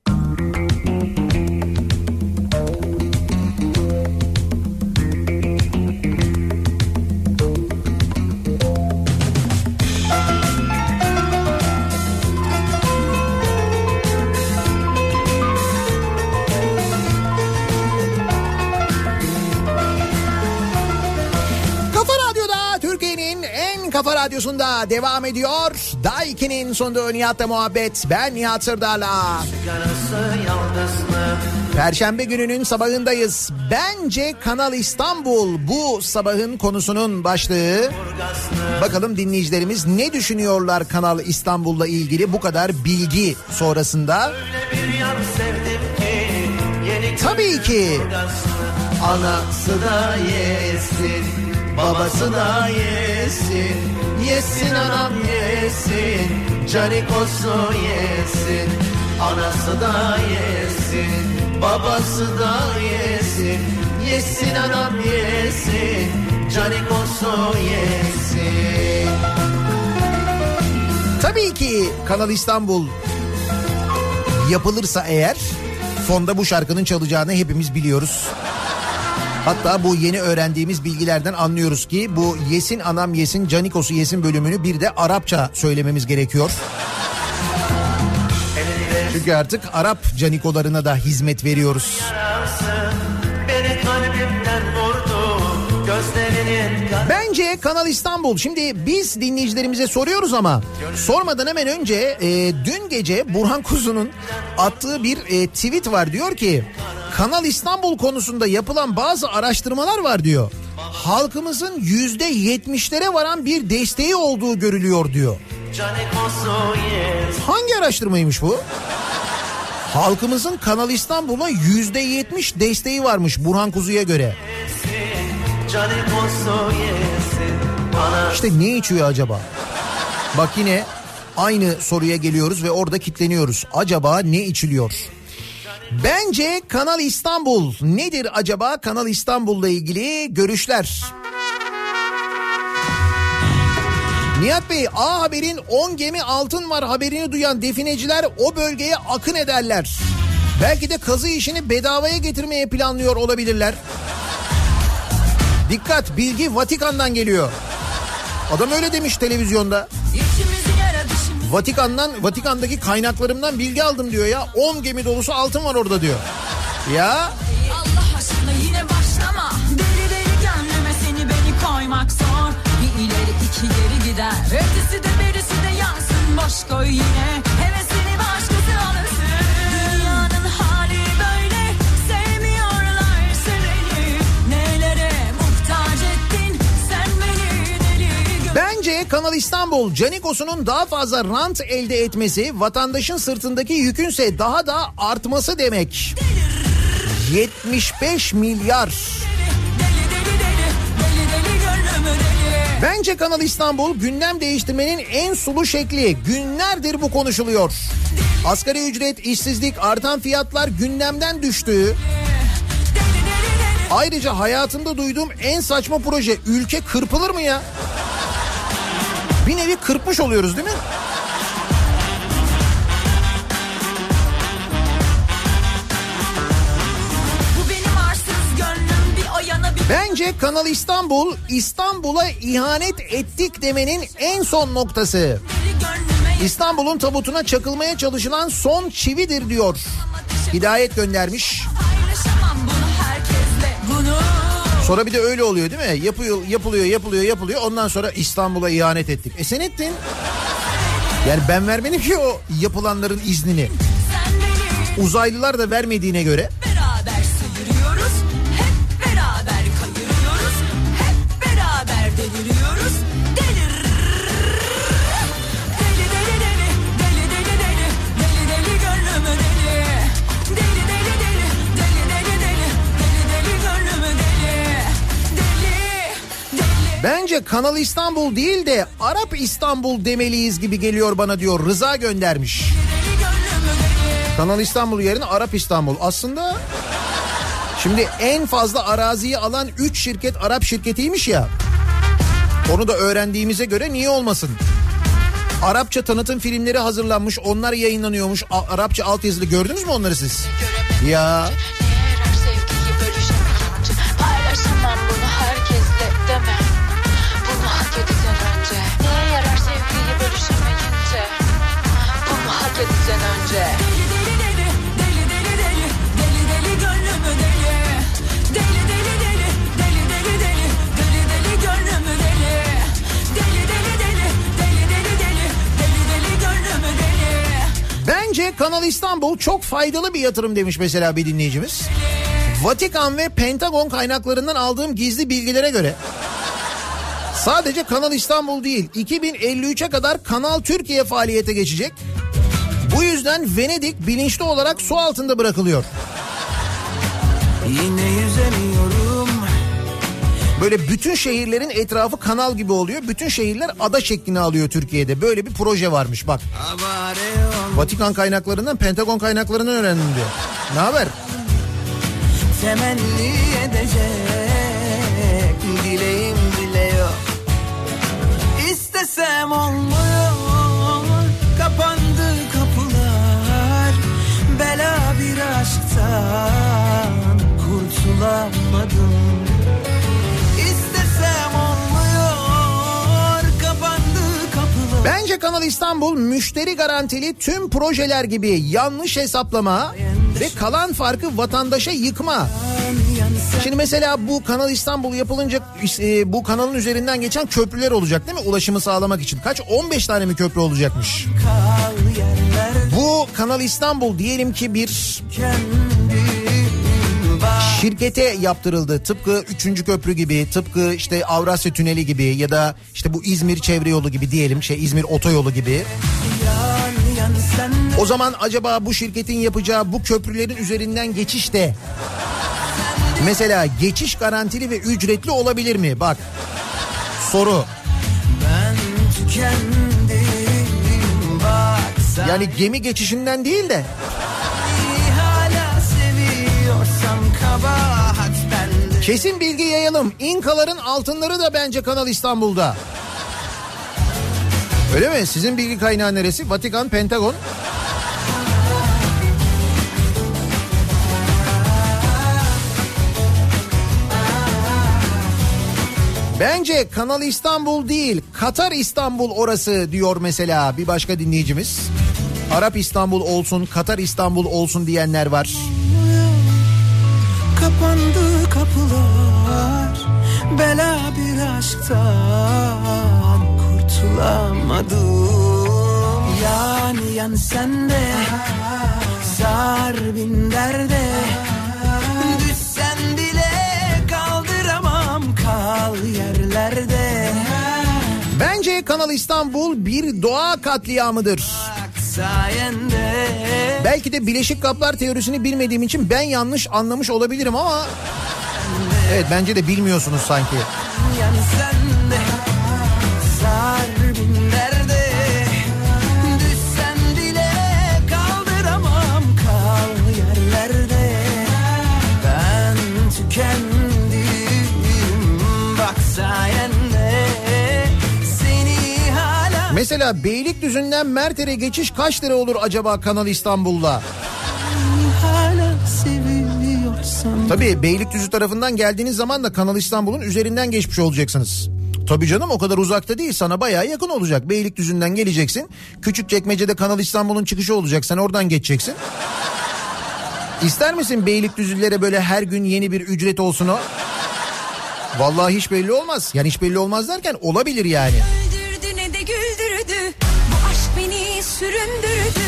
Kafa Radyosu'nda devam ediyor. Daiki'nin sonunda Nihat'la muhabbet. Ben Nihat Sırdar'la. Perşembe gününün sabahındayız. Bence Kanal İstanbul bu sabahın konusunun başlığı. Bakalım dinleyicilerimiz ne düşünüyorlar Kanal İstanbul'la ilgili bu kadar bilgi sonrasında. Tabii ki anası da yesin, babası da yesin, yesin anam yesin, canikosu yesin, anası da yesin, babası da yesin, yesin anam yesin, canikosu yesin. Tabii ki Kanal İstanbul yapılırsa eğer fonda bu şarkının çalacağını hepimiz biliyoruz. Hatta bu yeni öğrendiğimiz bilgilerden anlıyoruz ki bu yesin anam yesin canikosu yesin bölümünü bir de Arapça söylememiz gerekiyor. Çünkü artık Arap canikolarına da hizmet veriyoruz. Bence Kanal İstanbul. Şimdi biz dinleyicilerimize soruyoruz ama sormadan hemen önce dün gece Burhan Kuzu'nun attığı bir tweet var. Diyor ki Kanal İstanbul konusunda yapılan bazı araştırmalar var diyor. Halkımızın %70'lere varan bir desteği olduğu görülüyor diyor. Hangi araştırmaymış bu? Halkımızın Kanal İstanbul'a %70 desteği varmış Burhan Kuzu'ya göre. İşte ne içiyor acaba? Bak yine aynı soruya geliyoruz ve orada kilitleniyoruz. Acaba ne içiliyor? Bence Kanal İstanbul nedir acaba? Kanal İstanbul'la ilgili görüşler. Nihat Bey, A Haber'in 10 gemi altın var haberini duyan defineciler o bölgeye akın ederler. Belki de kazı işini bedavaya getirmeye planlıyor olabilirler. Dikkat, bilgi Vatikan'dan geliyor. Adam öyle demiş televizyonda. Vatikan'daki kaynaklarımdan bilgi aldım diyor ya. 10 gemi dolusu altın var orada diyor. Ya. Allah aşkına yine başlama. Deli deli gönlüme seni beni koymak zor. Bir ileri iki geri gider. Ötesi de berisi de yansın. Boş koy yine. Hevesini başkası alırsın. Dünyanın hali böyle. Sevmiyorlar seveni. Nelere muhtaç ettin sen beni deli. Bence Kanal İstanbul canikos'unun daha fazla rant elde etmesi, vatandaşın sırtındaki yükünse daha da artması demek. 75 milyar. Bence Kanal İstanbul gündem değiştirmenin en sulu şekli. Günlerdir bu konuşuluyor. Asgari ücret, işsizlik, artan fiyatlar gündemden düştü. Ayrıca hayatımda duyduğum en saçma proje. Ülke kırpılır mı ya? Bir nevi kırpmış oluyoruz değil mi? Bence Kanal İstanbul, İstanbul'a ihanet ettik demenin en son noktası. İstanbul'un tabutuna çakılmaya çalışılan son çividir diyor. Hidayet göndermiş. Sonra bir de öyle oluyor değil mi? Yapılıyor. Ondan sonra İstanbul'a ihanet ettik. Sen ettin. Yani ben vermedim ki o yapılanların iznini. Uzaylılar da vermediğine göre. Beraber sıyırıyoruz, hep beraber kayırıyoruz, hep beraber deliriyoruz. Deli gönlümü deli. Deli gönlümü deli. Bence Kanal İstanbul değil de Arap İstanbul demeliyiz gibi geliyor bana diyor. Rıza göndermiş. Kanal İstanbul yerine Arap İstanbul. Aslında şimdi en fazla araziyi alan 3 şirket Arap şirketiymiş ya. Onu da öğrendiğimize göre niye olmasın? Arapça tanıtım filmleri hazırlanmış. Onlar yayınlanıyormuş. Arapça altyazılı, gördünüz mü onları siz? Ya. Paylaşamam bunu herkesle deme. Bunu hak edeceksin önce. Neye yarar sevgiyi bölüşemeyince? Bunu hak edeceksin önce. Bence Kanal İstanbul çok faydalı bir yatırım demiş mesela bir dinleyicimiz. Vatikan ve Pentagon kaynaklarından aldığım gizli bilgilere göre sadece Kanal İstanbul değil, 2053'e kadar Kanal Türkiye faaliyete geçecek. Bu yüzden Venedik bilinçli olarak su altında bırakılıyor. Yine yüzemiyorum. Böyle bütün şehirlerin etrafı kanal gibi oluyor. Bütün şehirler ada şeklini alıyor Türkiye'de. Böyle bir proje varmış bak. Vatikan kaynaklarından, Pentagon kaynaklarından öğrendim diyor. Ne haber? Temenni edecek dileğim bile yok. İstesem olmuyor. Kapandı kapılar. Bela bir aşktan kurtulamadım. İstesem olmuyor. Kapandı kapılar. Bence Kanal İstanbul müşteri garantili tüm projeler gibi yanlış hesaplama ve kalan farkı vatandaşa yıkma. Şimdi mesela bu Kanal İstanbul yapılınca bu kanalın üzerinden geçen köprüler olacak değil mi? Ulaşımı sağlamak için. Kaç? 15 tane mi köprü olacakmış? Bu Kanal İstanbul diyelim ki bir şirkete yaptırıldı. Tıpkı 3. köprü gibi, tıpkı işte Avrasya Tüneli gibi ya da işte bu İzmir Çevre Yolu gibi diyelim, İzmir Otoyolu gibi. O zaman acaba bu şirketin yapacağı bu köprülerin üzerinden geçiş de mesela geçiş garantili ve ücretli olabilir mi? Bak soru. Ben tükendim, bak yani gemi geçişinden değil de. Hala seviyorsam kabahat bende. Kesin bilgi yayalım. İnkaların altınları da bence Kanal İstanbul'da. Öyle mi? Sizin bilgi kaynağı neresi? Vatikan, Pentagon. Bence Kanal İstanbul değil, Katar İstanbul orası diyor mesela bir başka dinleyicimiz. Arap İstanbul olsun, Katar İstanbul olsun diyenler var. Kapandı kapılar, bela bir aşktan kurtulamadım. Yani sen de sar bin derde. Düşsen bile kaldıramam, kal yerlerde. Bence Kanal İstanbul bir doğa katliamıdır. sayende. Belki de bileşik kaplar teorisini bilmediğim için ben yanlış anlamış olabilirim ama evet, bence de bilmiyorsunuz sanki. Yani sen de zar binlerde düşsem dile kaldıramam, kal yerlerde. Ben tükendim bak sayende, seni hala. Mesela Beylikdüzü'nden Merter'e geçiş kaç lira olur acaba Kanal İstanbul'la? Hala seviyorsam. Tabii Beylikdüzü tarafından geldiğiniz zaman da Kanal İstanbul'un üzerinden geçmiş olacaksınız. Tabii canım, o kadar uzakta değil, sana bayağı yakın olacak. Beylikdüzü'nden geleceksin. Küçükçekmece'de Kanal İstanbul'un çıkışı olacak, sen oradan geçeceksin. İster misin Beylikdüzülülere böyle her gün yeni bir ücret olsun o? Vallahi hiç belli olmaz. Yani hiç belli olmaz derken olabilir yani. Öldürdü ne de güldürdü, bu aşk beni süründürdü.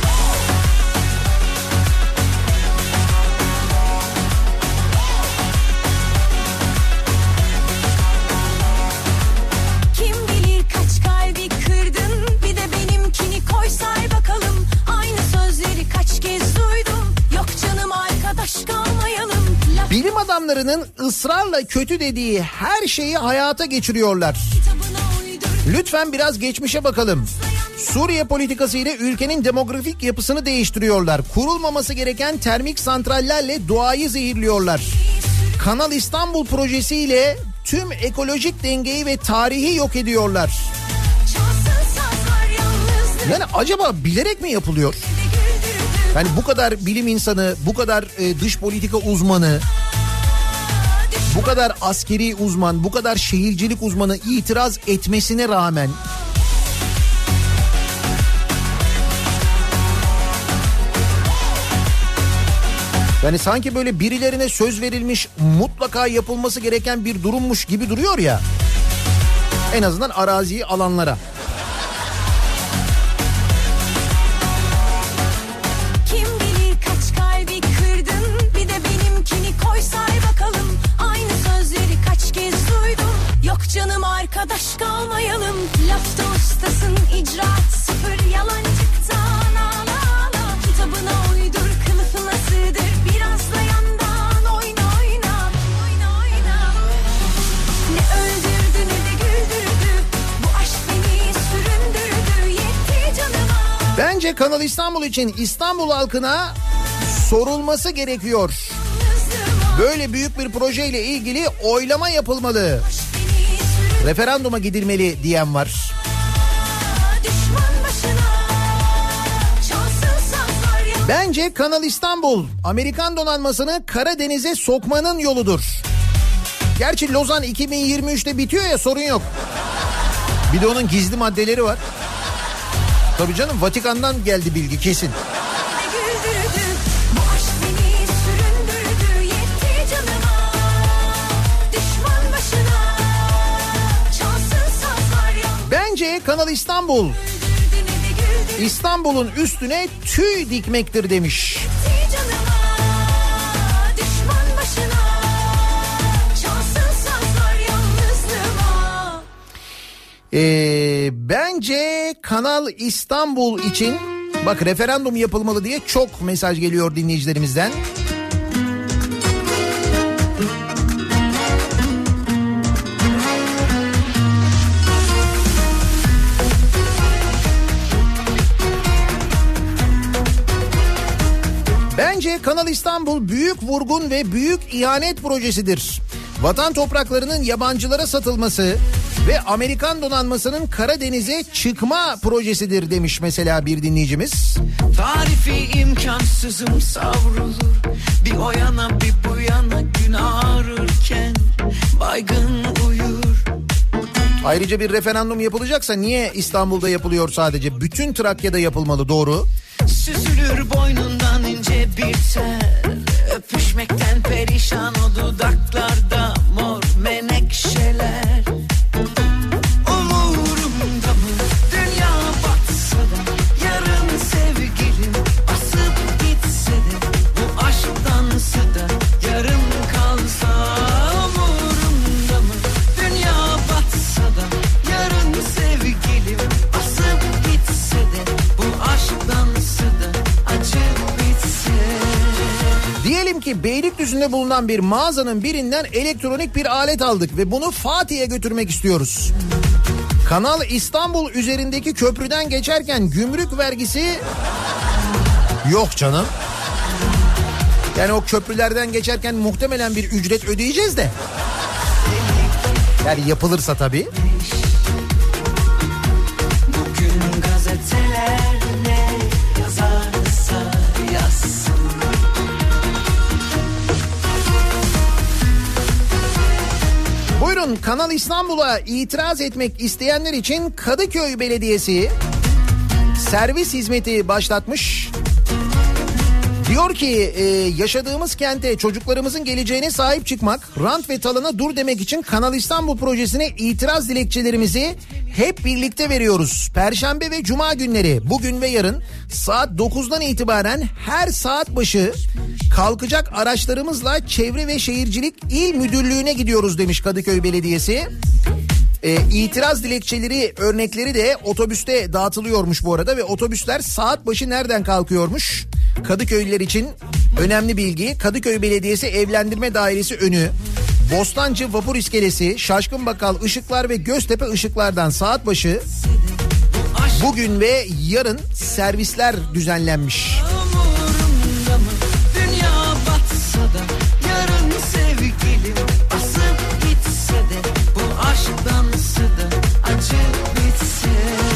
Kim bilir kaç kalbi kırdın, bir de benimkini koy say bakalım. Aynı sözleri kaç kez duydum, yok canım arkadaş kalmayalım. Bilim adamlarının ısrarla kötü dediği her şeyi hayata geçiriyorlar. Lütfen biraz geçmişe bakalım. Suriye politikası ile ülkenin demografik yapısını değiştiriyorlar. Kurulmaması gereken termik santrallerle doğayı zehirliyorlar. Kanal İstanbul projesiyle tüm ekolojik dengeyi ve tarihi yok ediyorlar. Yani acaba bilerek mi yapılıyor? Yani bu kadar bilim insanı, bu kadar dış politika uzmanı, bu kadar askeri uzman, bu kadar şehircilik uzmanı itiraz etmesine rağmen yani sanki böyle birilerine söz verilmiş, mutlaka yapılması gereken bir durummuş gibi duruyor ya. En azından araziyi alanlara. Canım arkadaş kalmayalım. Lafta ustasın, icraat sıfır, yalancıktan ağla ağla. Kitabına uydur, kılıfına sığdır, biraz da yandan oyna oyna. Oyna oyna. Ne öldürdü ne de güldürdü, bu aşk beni süründürdü, yetti canıma. Bence Kanal İstanbul için İstanbul halkına sorulması gerekiyor. Böyle büyük bir projeyle ilgili oylama yapılmalı. Referanduma gidilmeli diyen var. Bence Kanal İstanbul Amerikan donanmasını Karadeniz'e sokmanın yoludur. Gerçi Lozan 2023'te bitiyor ya, sorun yok. Bir de onun gizli maddeleri var. Tabii canım, Vatikan'dan geldi bilgi kesin. Bence Kanal İstanbul İstanbul'un üstüne tüy dikmektir demiş. Bence Kanal İstanbul için bak referandum yapılmalı diye çok mesaj geliyor dinleyicilerimizden. Bence Kanal İstanbul büyük vurgun ve büyük ihanet projesidir. Vatan topraklarının yabancılara satılması ve Amerikan donanmasının Karadeniz'e çıkma projesidir demiş mesela bir dinleyicimiz. Tarifi imkansızım savrulur, bir o yana bir bu yana, gün ağrırken baygın uyur. Ayrıca bir referandum yapılacaksa niye İstanbul'da yapılıyor sadece? Bütün Trakya'da yapılmalı, doğru. Süzülür boynundan ince bir tel, öpüşmekten perişan o dudaklarda mor menekşeler. Umurumda mı dünya batsa da, yarın sevgilim asıp gitse de, bu aşk dansı da yarım kalsa. Umurumda mı dünya batsa da, yarın sevgilim asıp gitse de, bu aşk Diyelim ki Beylikdüzü'nde bulunan bir mağazanın birinden elektronik bir alet aldık ve bunu Fatih'e götürmek istiyoruz. Kanal İstanbul üzerindeki köprüden geçerken gümrük vergisi yok canım. Yani o köprülerden geçerken muhtemelen bir ücret ödeyeceğiz de. Yani yapılırsa tabii. Bugün gazeteler ne yazarsa yazsın. Buyurun, Kanal İstanbul'a itiraz etmek isteyenler için Kadıköy Belediyesi servis hizmeti başlatmış. Diyor ki yaşadığımız kente çocuklarımızın geleceğine sahip çıkmak, rant ve talana dur demek için Kanal İstanbul projesine itiraz dilekçelerimizi hep birlikte veriyoruz. Perşembe ve Cuma günleri, bugün ve yarın saat 9'dan itibaren her saat başı kalkacak araçlarımızla Çevre ve Şehircilik İl Müdürlüğü'ne gidiyoruz demiş Kadıköy Belediyesi. İtiraz dilekçeleri örnekleri de otobüste dağıtılıyormuş bu arada ve otobüsler saat başı nereden kalkıyormuş? Kadıköylüler için önemli bilgi. Kadıköy Belediyesi Evlendirme Dairesi önü, Bostancı Vapur İskelesi, Şaşkın Bakkal Işıklar ve Göztepe Işıklar'dan saat başı bugün ve yarın servisler düzenlenmiş. Umurumda mı dünya batsa da, yarın sevgilim asıp gitse de, bu aşk dansı da acı bitse.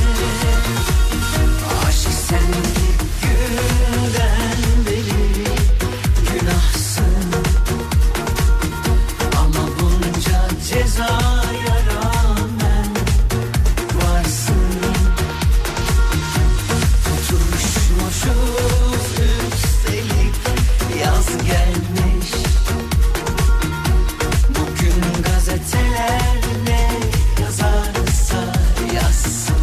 Aşk sen bir günden beri günahsın, ama bunca cezaya rağmen varsın. Tutuşmuşuz üstelik, yaz gelmiş. Bugün gazeteler ne yazarsa yazsın.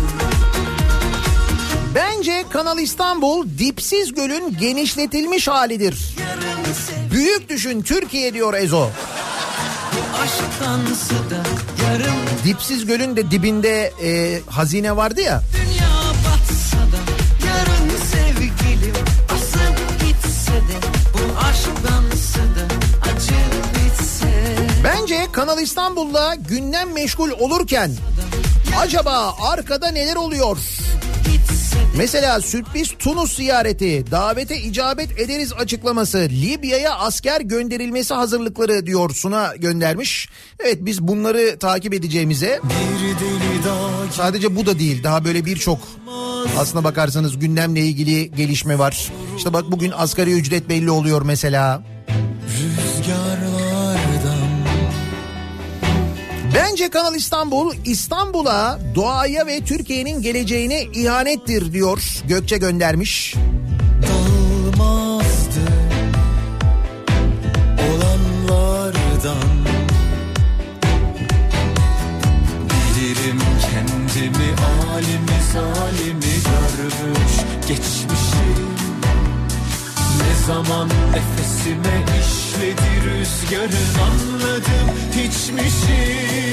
Bence Kanal İstanbul Dipsiz Göl'ün genişletilmiş halidir. Büyük düşün Türkiye diyor Ezo. Aşk dansı da yarım, Dipsiz Göl'ün de dibinde hazine vardı ya. dünya batsa da, yarın sevgilim asıp gitse de, bu aşk dansı da acı bitse. Bence Kanal İstanbul'la gündem meşgul olurken acaba arkada neler oluyor? Mesela sürpriz Tunus ziyareti, davete icabet ederiz açıklaması, Libya'ya asker gönderilmesi hazırlıkları diyor, Suna göndermiş. Evet, biz bunları takip edeceğimize, sadece bu da değil, daha böyle birçok aslına bakarsanız gündemle ilgili gelişme var. İşte bak, bugün asgari ücret belli oluyor mesela. Bence Kanal İstanbul, İstanbul'a, doğaya ve Türkiye'nin geleceğine ihanettir diyor, Gökçe göndermiş. Olmazdı olanlardan, bilirim kendimi alimi zalimi görmüş geçmişim. Ne zaman nefesime işledi rüzgarın, anladım hiçmişim.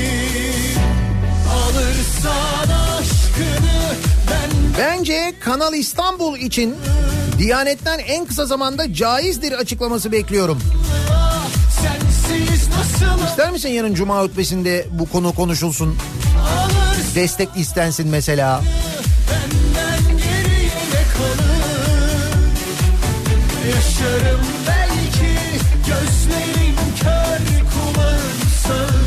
Alırsan aşkını Bence Kanal İstanbul için Diyanet'ten en kısa zamanda caizdir açıklaması bekliyorum. sensiz nasıl İster misin yarın Cuma hutbesinde bu konu konuşulsun? alırsın Destek istensin mesela. benden geriye ne kalır? Yaşarım belki, gözlerim kör, kulağım sağır.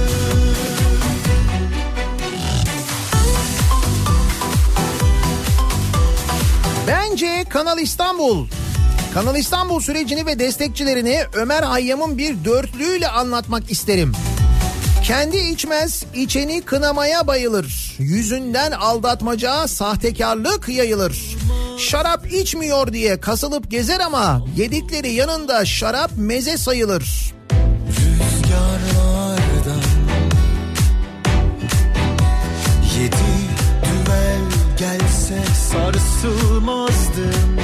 Bence Kanal İstanbul sürecini ve destekçilerini Ömer Hayyam'ın bir dörtlüğüyle anlatmak isterim. Kendi içmez, içeni kınamaya bayılır. Yüzünden aldatmaca, sahtekarlık yayılır. Şarap içmiyor diye kasılıp gezer ama yedikleri yanında şarap meze sayılır. Rüzgarlardan yedi düvel gelse sarsılmazdım,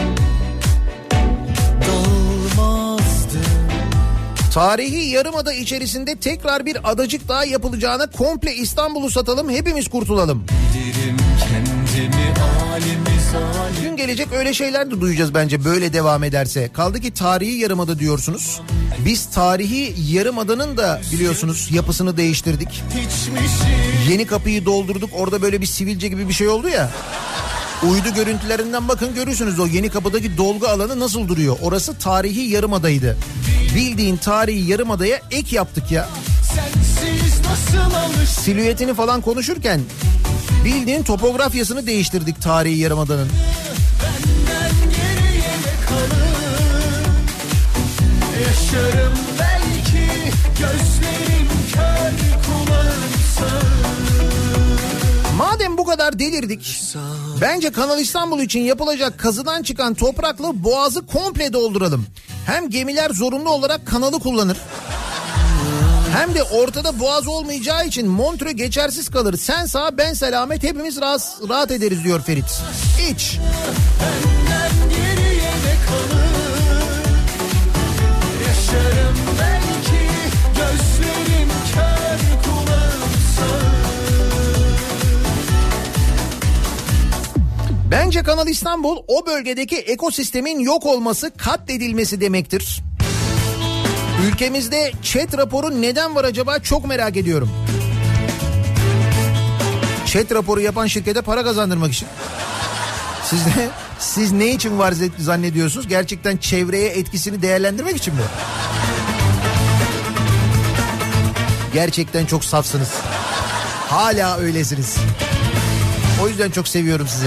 dağılmazdım. Tarihi Yarımada içerisinde tekrar bir adacık daha yapılacağına komple İstanbul'u satalım, hepimiz kurtulalım. Bilirim kendimi alimi zalim. Dün gelecek öyle şeyler de duyacağız bence böyle devam ederse. Kaldı ki tarihi yarımada diyorsunuz. Biz tarihi yarımadanın da biliyorsunuz yapısını değiştirdik. Yeni kapıyı doldurduk, orada böyle bir sivilce gibi bir şey oldu ya. Uydu görüntülerinden bakın, görürsünüz o yeni kapıdaki dolgu alanı nasıl duruyor. Orası tarihi yarımadaydı. Bildiğin tarihi yarımadaya ek yaptık ya. Silüetini falan konuşurken bildiğin topografyasını değiştirdik tarihi yarımadanın. Benden geriye ne kalır? Yaşarım belki, gözlerim kör, kulağım sağır. Madem bu kadar delirdik, bence Kanal İstanbul için yapılacak kazıdan çıkan toprakla boğazı komple dolduralım. Hem gemiler zorunlu olarak kanalı kullanır. Hem de ortada boğaz olmayacağı için Montreux geçersiz kalır. Sen sağ ben selamet, hepimiz rahat ederiz diyor Ferit. İç. Benden geriye ne kalır? Yaşarım belki, gözlerim kör, kulağım sağır. Bence Kanal İstanbul o bölgedeki ekosistemin yok olması, katledilmesi demektir. Ülkemizde chat raporu neden var acaba, çok merak ediyorum. Chat raporu yapan şirkete para kazandırmak için. Siz ne için var zannediyorsunuz? Gerçekten çevreye etkisini değerlendirmek için mi? Gerçekten çok safsınız. Hala öylesiniz. O yüzden çok seviyorum sizi.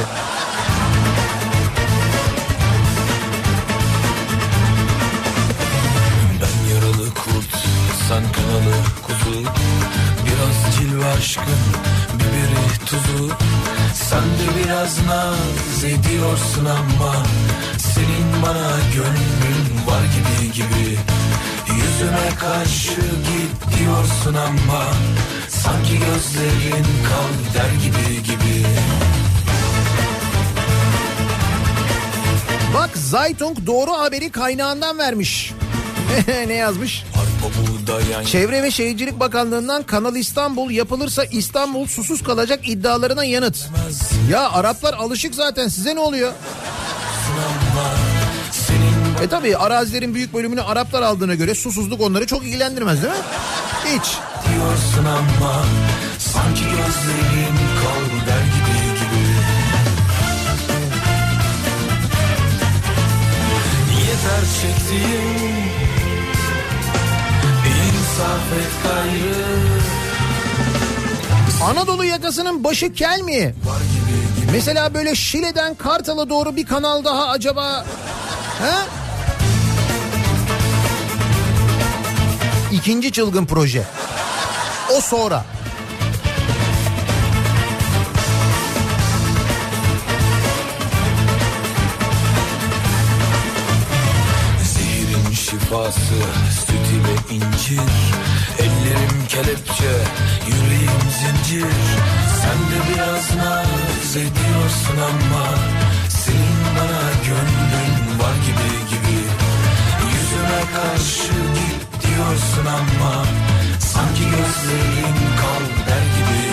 Sen kanalı kuzu, biraz cilve aşkın, biberi tuzu. Sen de biraz naz ediyorsun ama senin bana gönlün var gibi. Yüzüme karşı git diyorsun ama sanki gözlerin kal der gibi. Bak Zaytung doğru haberi kaynağından vermiş. Ne yazmış? Çevre ve Şehircilik Bakanlığı'ndan Kanal İstanbul yapılırsa İstanbul susuz kalacak iddialarına yanıt. Ya Araplar alışık zaten, size ne oluyor? Tabii arazilerin büyük bölümünü Araplar aldığına göre susuzluk onları çok ilgilendirmez değil mi? Hiç. Diyorsun ama sanki gözlerin kal der gibi. Yeter çektiğim, insaf et gayrı. Anadolu yakasının başı kel mi? Mesela böyle Şile'den Kartal'a doğru bir kanal daha acaba? He? İkinci çılgın proje. O sonra. Zehirin şifası süt ile incir. Ellerim kelepçe, yüreğim zincir. Sen de biraz naz ediyorsun ama senin bana gönlün var gibi. Yüzüme karşı git diyorsun ama sanki gözlerin kal der gibi.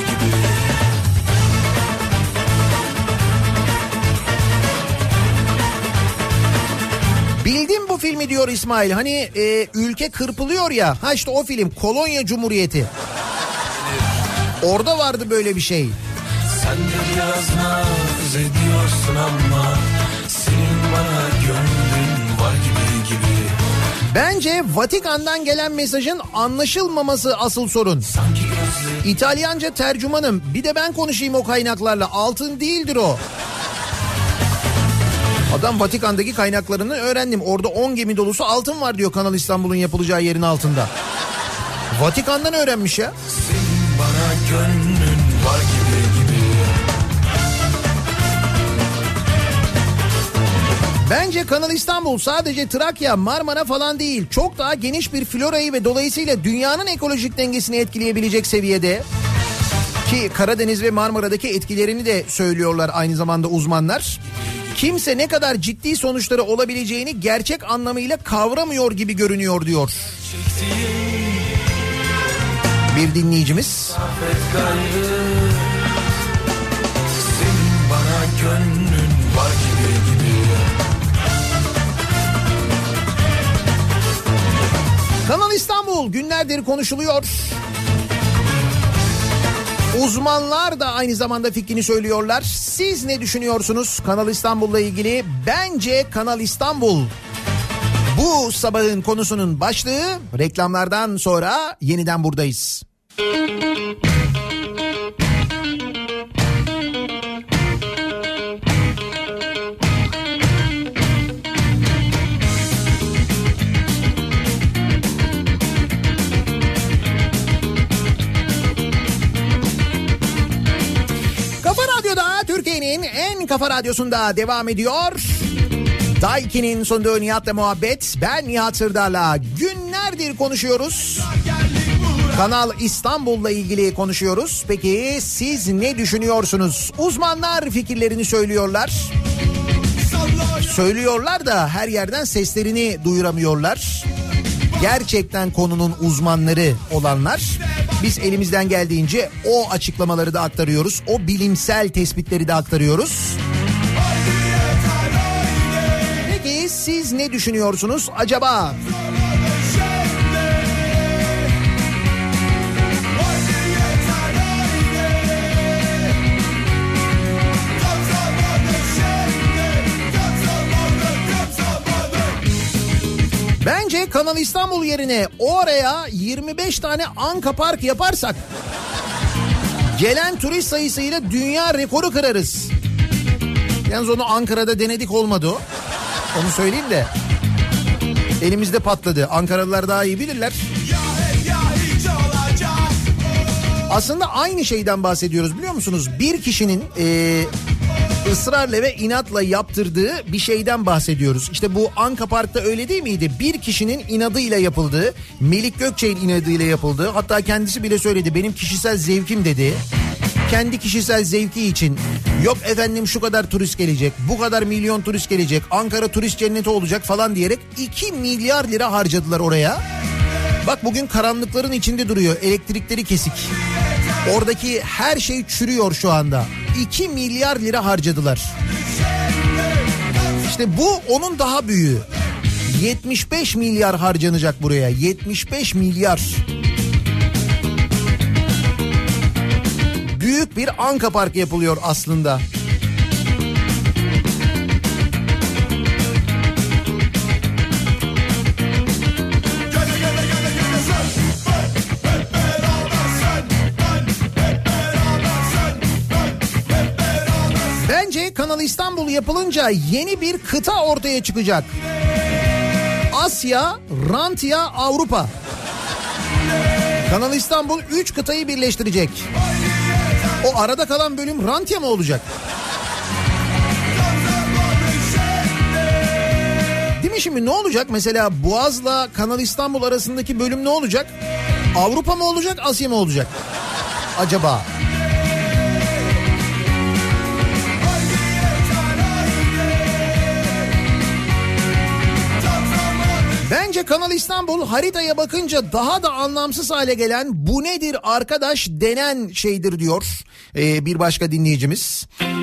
Bildim bu filmi diyor İsmail. Hani ülke kırpılıyor ya. Ha işte o film Kolonya Cumhuriyeti. Orada vardı böyle bir şey. Sen de biraz naz ediyorsun ama senin bana gönlün var gibi. Bence Vatikan'dan gelen mesajın anlaşılmaması asıl sorun. İtalyanca tercümanım, bir de ben konuşayım o kaynaklarla, altın değildir o. Adam Vatikan'daki kaynaklarını öğrendim. Orada 10 gemi dolusu altın var diyor Kanal İstanbul'un yapılacağı yerin altında. Vatikan'dan öğrenmiş ya. Senin bana gönlün var gibi. Bence Kanal İstanbul sadece Trakya, Marmara falan değil, çok daha geniş bir florayı ve dolayısıyla dünyanın ekolojik dengesini etkileyebilecek seviyede, ki Karadeniz ve Marmara'daki etkilerini de söylüyorlar aynı zamanda uzmanlar. Kimse ne kadar ciddi sonuçları olabileceğini gerçek anlamıyla kavramıyor gibi görünüyor diyor bir dinleyicimiz. Senin bana gönlün var gibi. Kanal İstanbul günlerdir konuşuluyor. Uzmanlar da aynı zamanda fikrini söylüyorlar. Siz ne düşünüyorsunuz Kanal İstanbul'la ilgili? Bence Kanal İstanbul bu sabahın konusunun başlığı. Reklamlardan sonra yeniden buradayız. Türkiye'nin en kafa radyosunda devam ediyor. Daiki'nin sunduğu Nihat'la muhabbet. Ben Nihat Sırdar'la günlerdir konuşuyoruz. Kanal İstanbul'la ilgili konuşuyoruz. Peki siz ne düşünüyorsunuz? Uzmanlar fikirlerini söylüyorlar. Söylüyorlar da her yerden seslerini duyuramıyorlar. Gerçekten konunun uzmanları olanlar. Biz elimizden geldiğince o açıklamaları da aktarıyoruz. O bilimsel tespitleri de aktarıyoruz. Peki siz ne düşünüyorsunuz acaba? Bence Kanal İstanbul yerine oraya 25 tane Anka Park yaparsak gelen turist sayısıyla dünya rekoru kırarız. Yalnız onu Ankara'da denedik, olmadı o. Onu söyleyeyim de. Elimizde patladı. Ankaralılar daha iyi bilirler. Aslında aynı şeyden bahsediyoruz, biliyor musunuz? Bir kişinin ısrarla ve inatla yaptırdığı bir şeyden bahsediyoruz. İşte bu Anka Park'ta öyle değil miydi? Bir kişinin inadıyla yapıldığı, Melik Gökçek'in inadıyla yapıldığı, hatta kendisi bile söyledi, benim kişisel zevkim dedi. Kendi kişisel zevki için, yok efendim şu kadar turist gelecek, bu kadar milyon turist gelecek, Ankara turist cenneti olacak falan diyerek 2 milyar lira harcadılar oraya. Bak bugün karanlıkların içinde duruyor, elektrikleri kesik. Oradaki her şey çürüyor şu anda. 2 milyar lira harcadılar. İşte bu onun daha büyüğü. 75 milyar harcanacak buraya. 75 milyar. Büyük bir Anka Park yapılıyor aslında. Bence Kanal İstanbul yapılınca yeni bir kıta ortaya çıkacak. Asya, Rantya, Avrupa. Kanal İstanbul 3 kıtayı birleştirecek. O arada kalan bölüm Rantya mı olacak? Değil mi şimdi, ne olacak? Mesela Boğaz'la Kanal İstanbul arasındaki bölüm ne olacak? Avrupa mı olacak, Asya mı olacak? Acaba? Bence Kanal İstanbul haritaya bakınca daha da anlamsız hale gelen, bu nedir arkadaş denen şeydir diyor bir başka dinleyicimiz.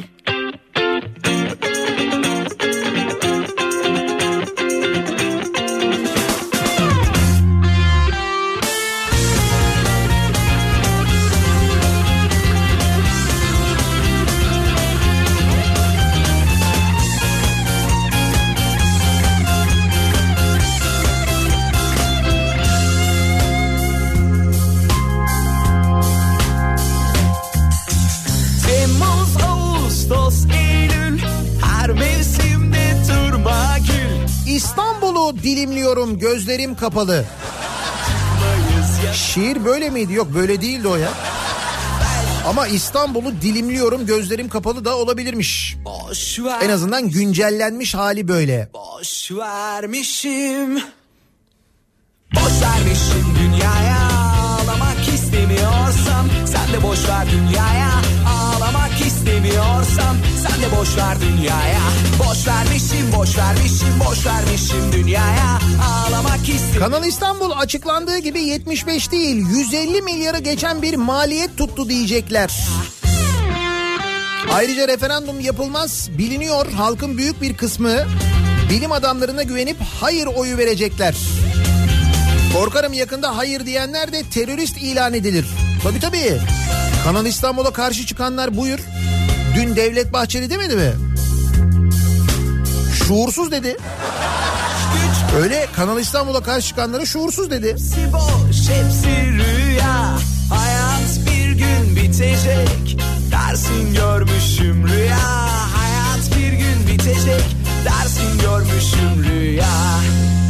İstanbul'u dilimliyorum gözlerim kapalı. Şiir böyle miydi? Yok, böyle değildi o ya. Ama İstanbul'u dilimliyorum gözlerim kapalı da olabilirmiş. En azından güncellenmiş hali böyle. Boş vermişim. Boş vermişim dünyaya. Ağlamak istemiyorsam sen de boş ver dünyaya. Ağlamak istemiyorsam sen de boş ver dünyaya. Boş vermişim, boş vermişim, boş vermişim dünyaya. Ağlamak istemiyorsam. Kanal İstanbul açıklandığı gibi 75 değil 150 milyara geçen bir maliyet tuttu diyecekler. Ayrıca referandum yapılmaz biliniyor. Halkın büyük bir kısmı bilim adamlarına güvenip hayır oyu verecekler. Korkarım yakında hayır diyenler de terörist ilan edilir. Tabii tabii. Kanal İstanbul'a karşı çıkanlar buyur. Dün Devlet Bahçeli demedi mi? Şuursuz dedi. Öyle Kanal İstanbul'a karşı çıkanlara şuursuz dedi. Hepsi boş, hepsi rüya. Hayat bir gün bitecek. Dersin görmüşüm rüya. Hayat bir gün bitecek. Dersin görmüşüm rüya.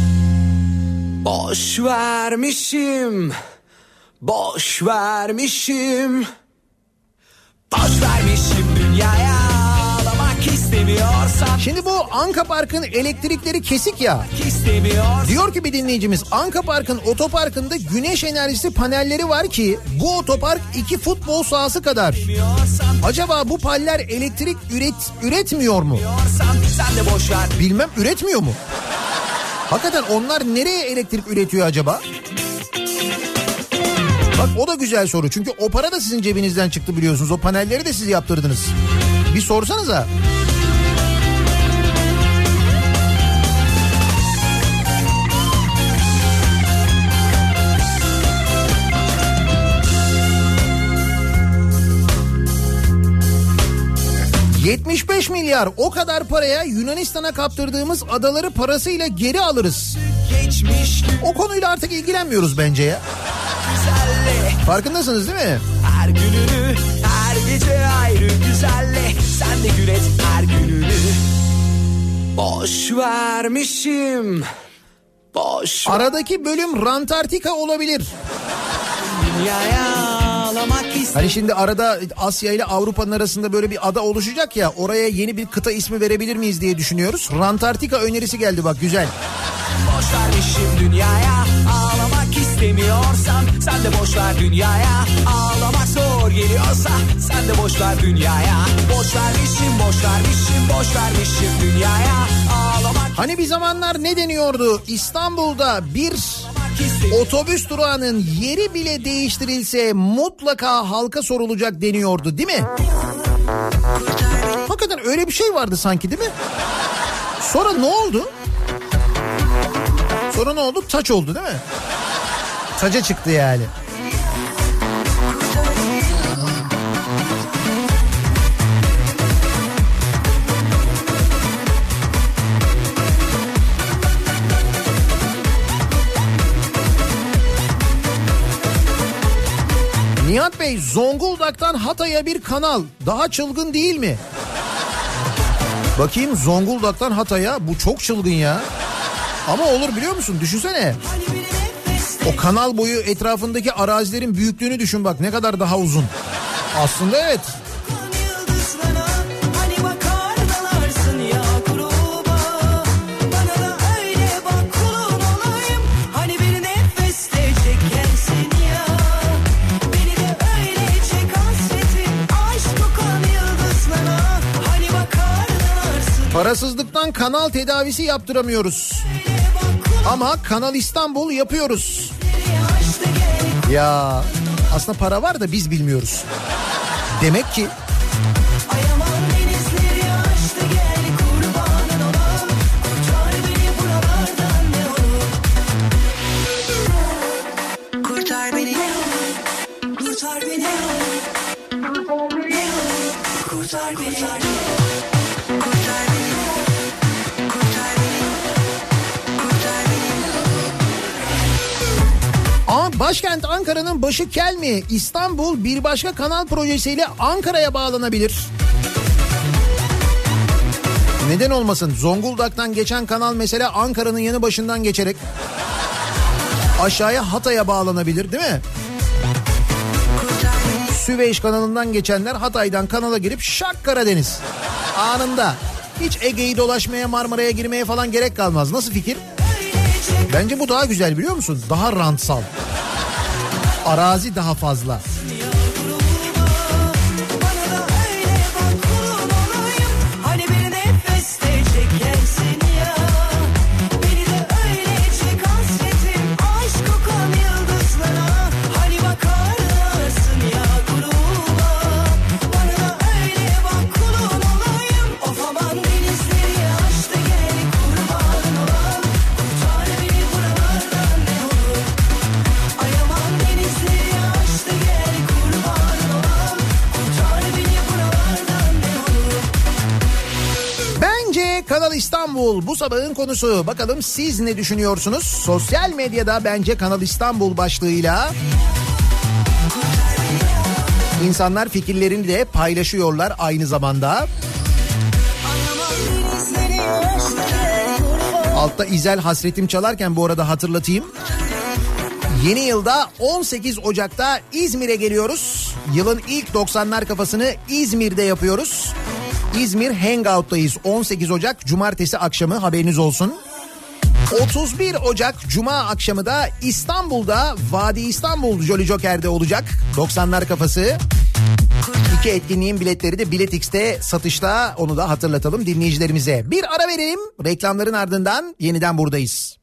Boş vermişim. Boş vermişim. Boş vermişim dünyaya. Ağlamak istemiyorsan. Şimdi bu Anka Park'ın elektrikleri kesik ya. İstemiyorsan. Diyor ki bir dinleyicimiz, Anka Park'ın otoparkında güneş enerjisi panelleri var ki bu otopark 2 futbol sahası kadar. Acaba bu paneller elektrik üretmiyor mu? Sen de boş ver. Bilmem, üretmiyor mu? Hakikaten onlar nereye elektrik üretiyor acaba? Bak o da güzel soru. Çünkü o para da sizin cebinizden çıktı biliyorsunuz. O panelleri de siz yaptırdınız. Bir sorsanıza. ...75 milyar o kadar paraya Yunanistan'a kaptırdığımız adaları parasıyla geri alırız. O konuyla artık ilgilenmiyoruz bence ya. Farkındasınız değil mi? Her gününü, her gece ayrı güzelle. Sen de gül et her gününü. Boş vermişim. Boş. Aradaki bölüm Rantarktika olabilir. Dünyaya ağlamak istedim. Hani şimdi arada Asya ile Avrupa'nın arasında böyle bir ada oluşacak ya, oraya yeni bir kıta ismi verebilir miyiz diye düşünüyoruz. Rantarktika önerisi geldi bak, güzel. Boş vermişim dünyaya ağlamak istemiyorsan. Sen de boş ver dünyaya. Ağlamak zor geliyorsa sen de boş ver dünyaya. Boş vermişim, boş vermişim, boş vermişim dünyaya. Ağlamak. Hani bir zamanlar ne deniyordu? İstanbul'da bir otobüs durağının yeri bile değiştirilse mutlaka halka sorulacak deniyordu değil mi? Hakikaten öyle bir şey vardı sanki değil mi? Sonra ne oldu? Sonra ne oldu? Taç oldu değil mi? Taca çıktı yani. Nihat Bey, Zonguldak'tan Hatay'a bir kanal daha çılgın değil mi? Bakayım, Zonguldak'tan Hatay'a, bu çok çılgın ya. Ama olur biliyor musun? Düşünsene. O kanal boyu etrafındaki arazilerin büyüklüğünü düşün bak, ne kadar daha uzun. Aslında evet. Parasızlıktan kanal tedavisi yaptıramıyoruz. Ama Kanal İstanbul yapıyoruz. Ya aslında para var da biz bilmiyoruz. Demek ki. Kurtar beni. Kurtar beni. Kurtar beni. Başkent Ankara'nın başı kel mi? İstanbul bir başka kanal projesiyle Ankara'ya bağlanabilir. Neden olmasın? Zonguldak'tan geçen kanal mesela Ankara'nın yanı başından geçerek aşağıya Hatay'a bağlanabilir değil mi? Süveyş kanalından geçenler Hatay'dan kanala girip şak Karadeniz. Anında. Hiç Ege'yi dolaşmaya, Marmara'ya girmeye falan gerek kalmaz. Nasıl fikir? Bence bu daha güzel biliyor musun? Daha rantsal. Arazi daha fazla. Kanal İstanbul bu sabahın konusu. Bakalım siz ne düşünüyorsunuz? Sosyal medyada bence Kanal İstanbul başlığıyla insanlar fikirlerini de paylaşıyorlar aynı zamanda. Altta İzel Hasretim çalarken bu arada hatırlatayım. Yeni yılda 18 Ocak'ta İzmir'e geliyoruz. Yılın ilk 90'lar kafasını İzmir'de yapıyoruz. İzmir Hangout'tayız 18 Ocak Cumartesi akşamı, haberiniz olsun. 31 Ocak Cuma akşamı da İstanbul'da Vadi İstanbul Jolly Joker'de olacak 90'lar kafası. İki etkinliğin biletleri de Biletix'te satışta, onu da hatırlatalım dinleyicilerimize. Bir ara verelim, reklamların ardından yeniden buradayız.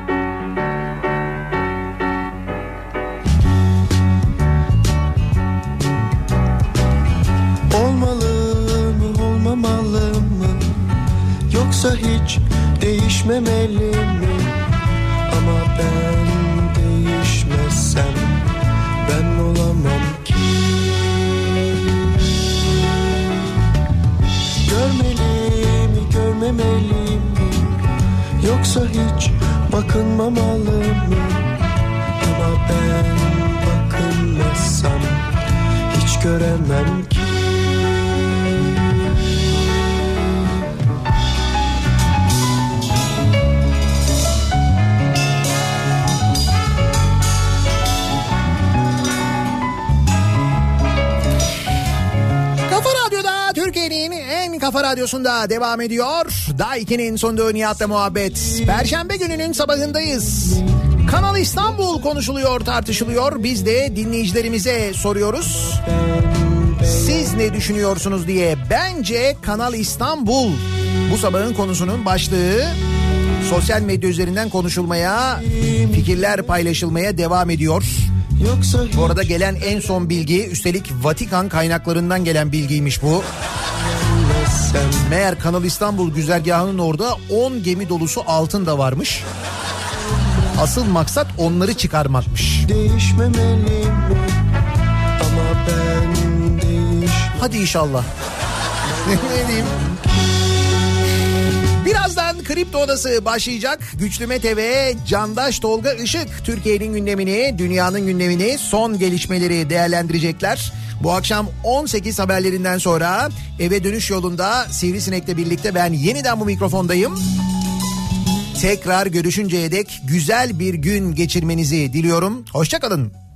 Olmalı mı olmamalı mı, yoksa hiç değişmemeli mi? Ama ben değişmezsem ben olamam ki. Görmeli mi görmemeli mi, yoksa hiç bakınmamalı mı? Ama ben bakınmazsam hiç göremem ki. Türkiye'nin en kafa radyosunda devam ediyor. Daiki'nin sonunda Nihat'la muhabbet. Perşembe gününün sabahındayız. Kanal İstanbul konuşuluyor, tartışılıyor. Biz de dinleyicilerimize soruyoruz. Siz ne düşünüyorsunuz diye. Bence Kanal İstanbul bu sabahın konusunun başlığı. Sosyal medya üzerinden konuşulmaya, fikirler paylaşılmaya devam ediyor. Bu arada gelen en son bilgi, üstelik Vatikan kaynaklarından gelen bilgiymiş bu. Meğer Kanal İstanbul güzergahının orada 10 gemi dolusu altın da varmış. Asıl maksat onları çıkarmakmış. Değişmemeli mi? Ama ben hadi inşallah. Ne diyeyim? Birazdan Kripto Odası başlayacak. Güçlü Mete ve Candaş Tolga Işık Türkiye'nin gündemini, dünyanın gündemini, son gelişmeleri değerlendirecekler. Bu akşam 18 haberlerinden sonra eve dönüş yolunda Sivrisinek'le birlikte ben yeniden bu mikrofondayım. Tekrar görüşünceye dek güzel bir gün geçirmenizi diliyorum. Hoşça kalın.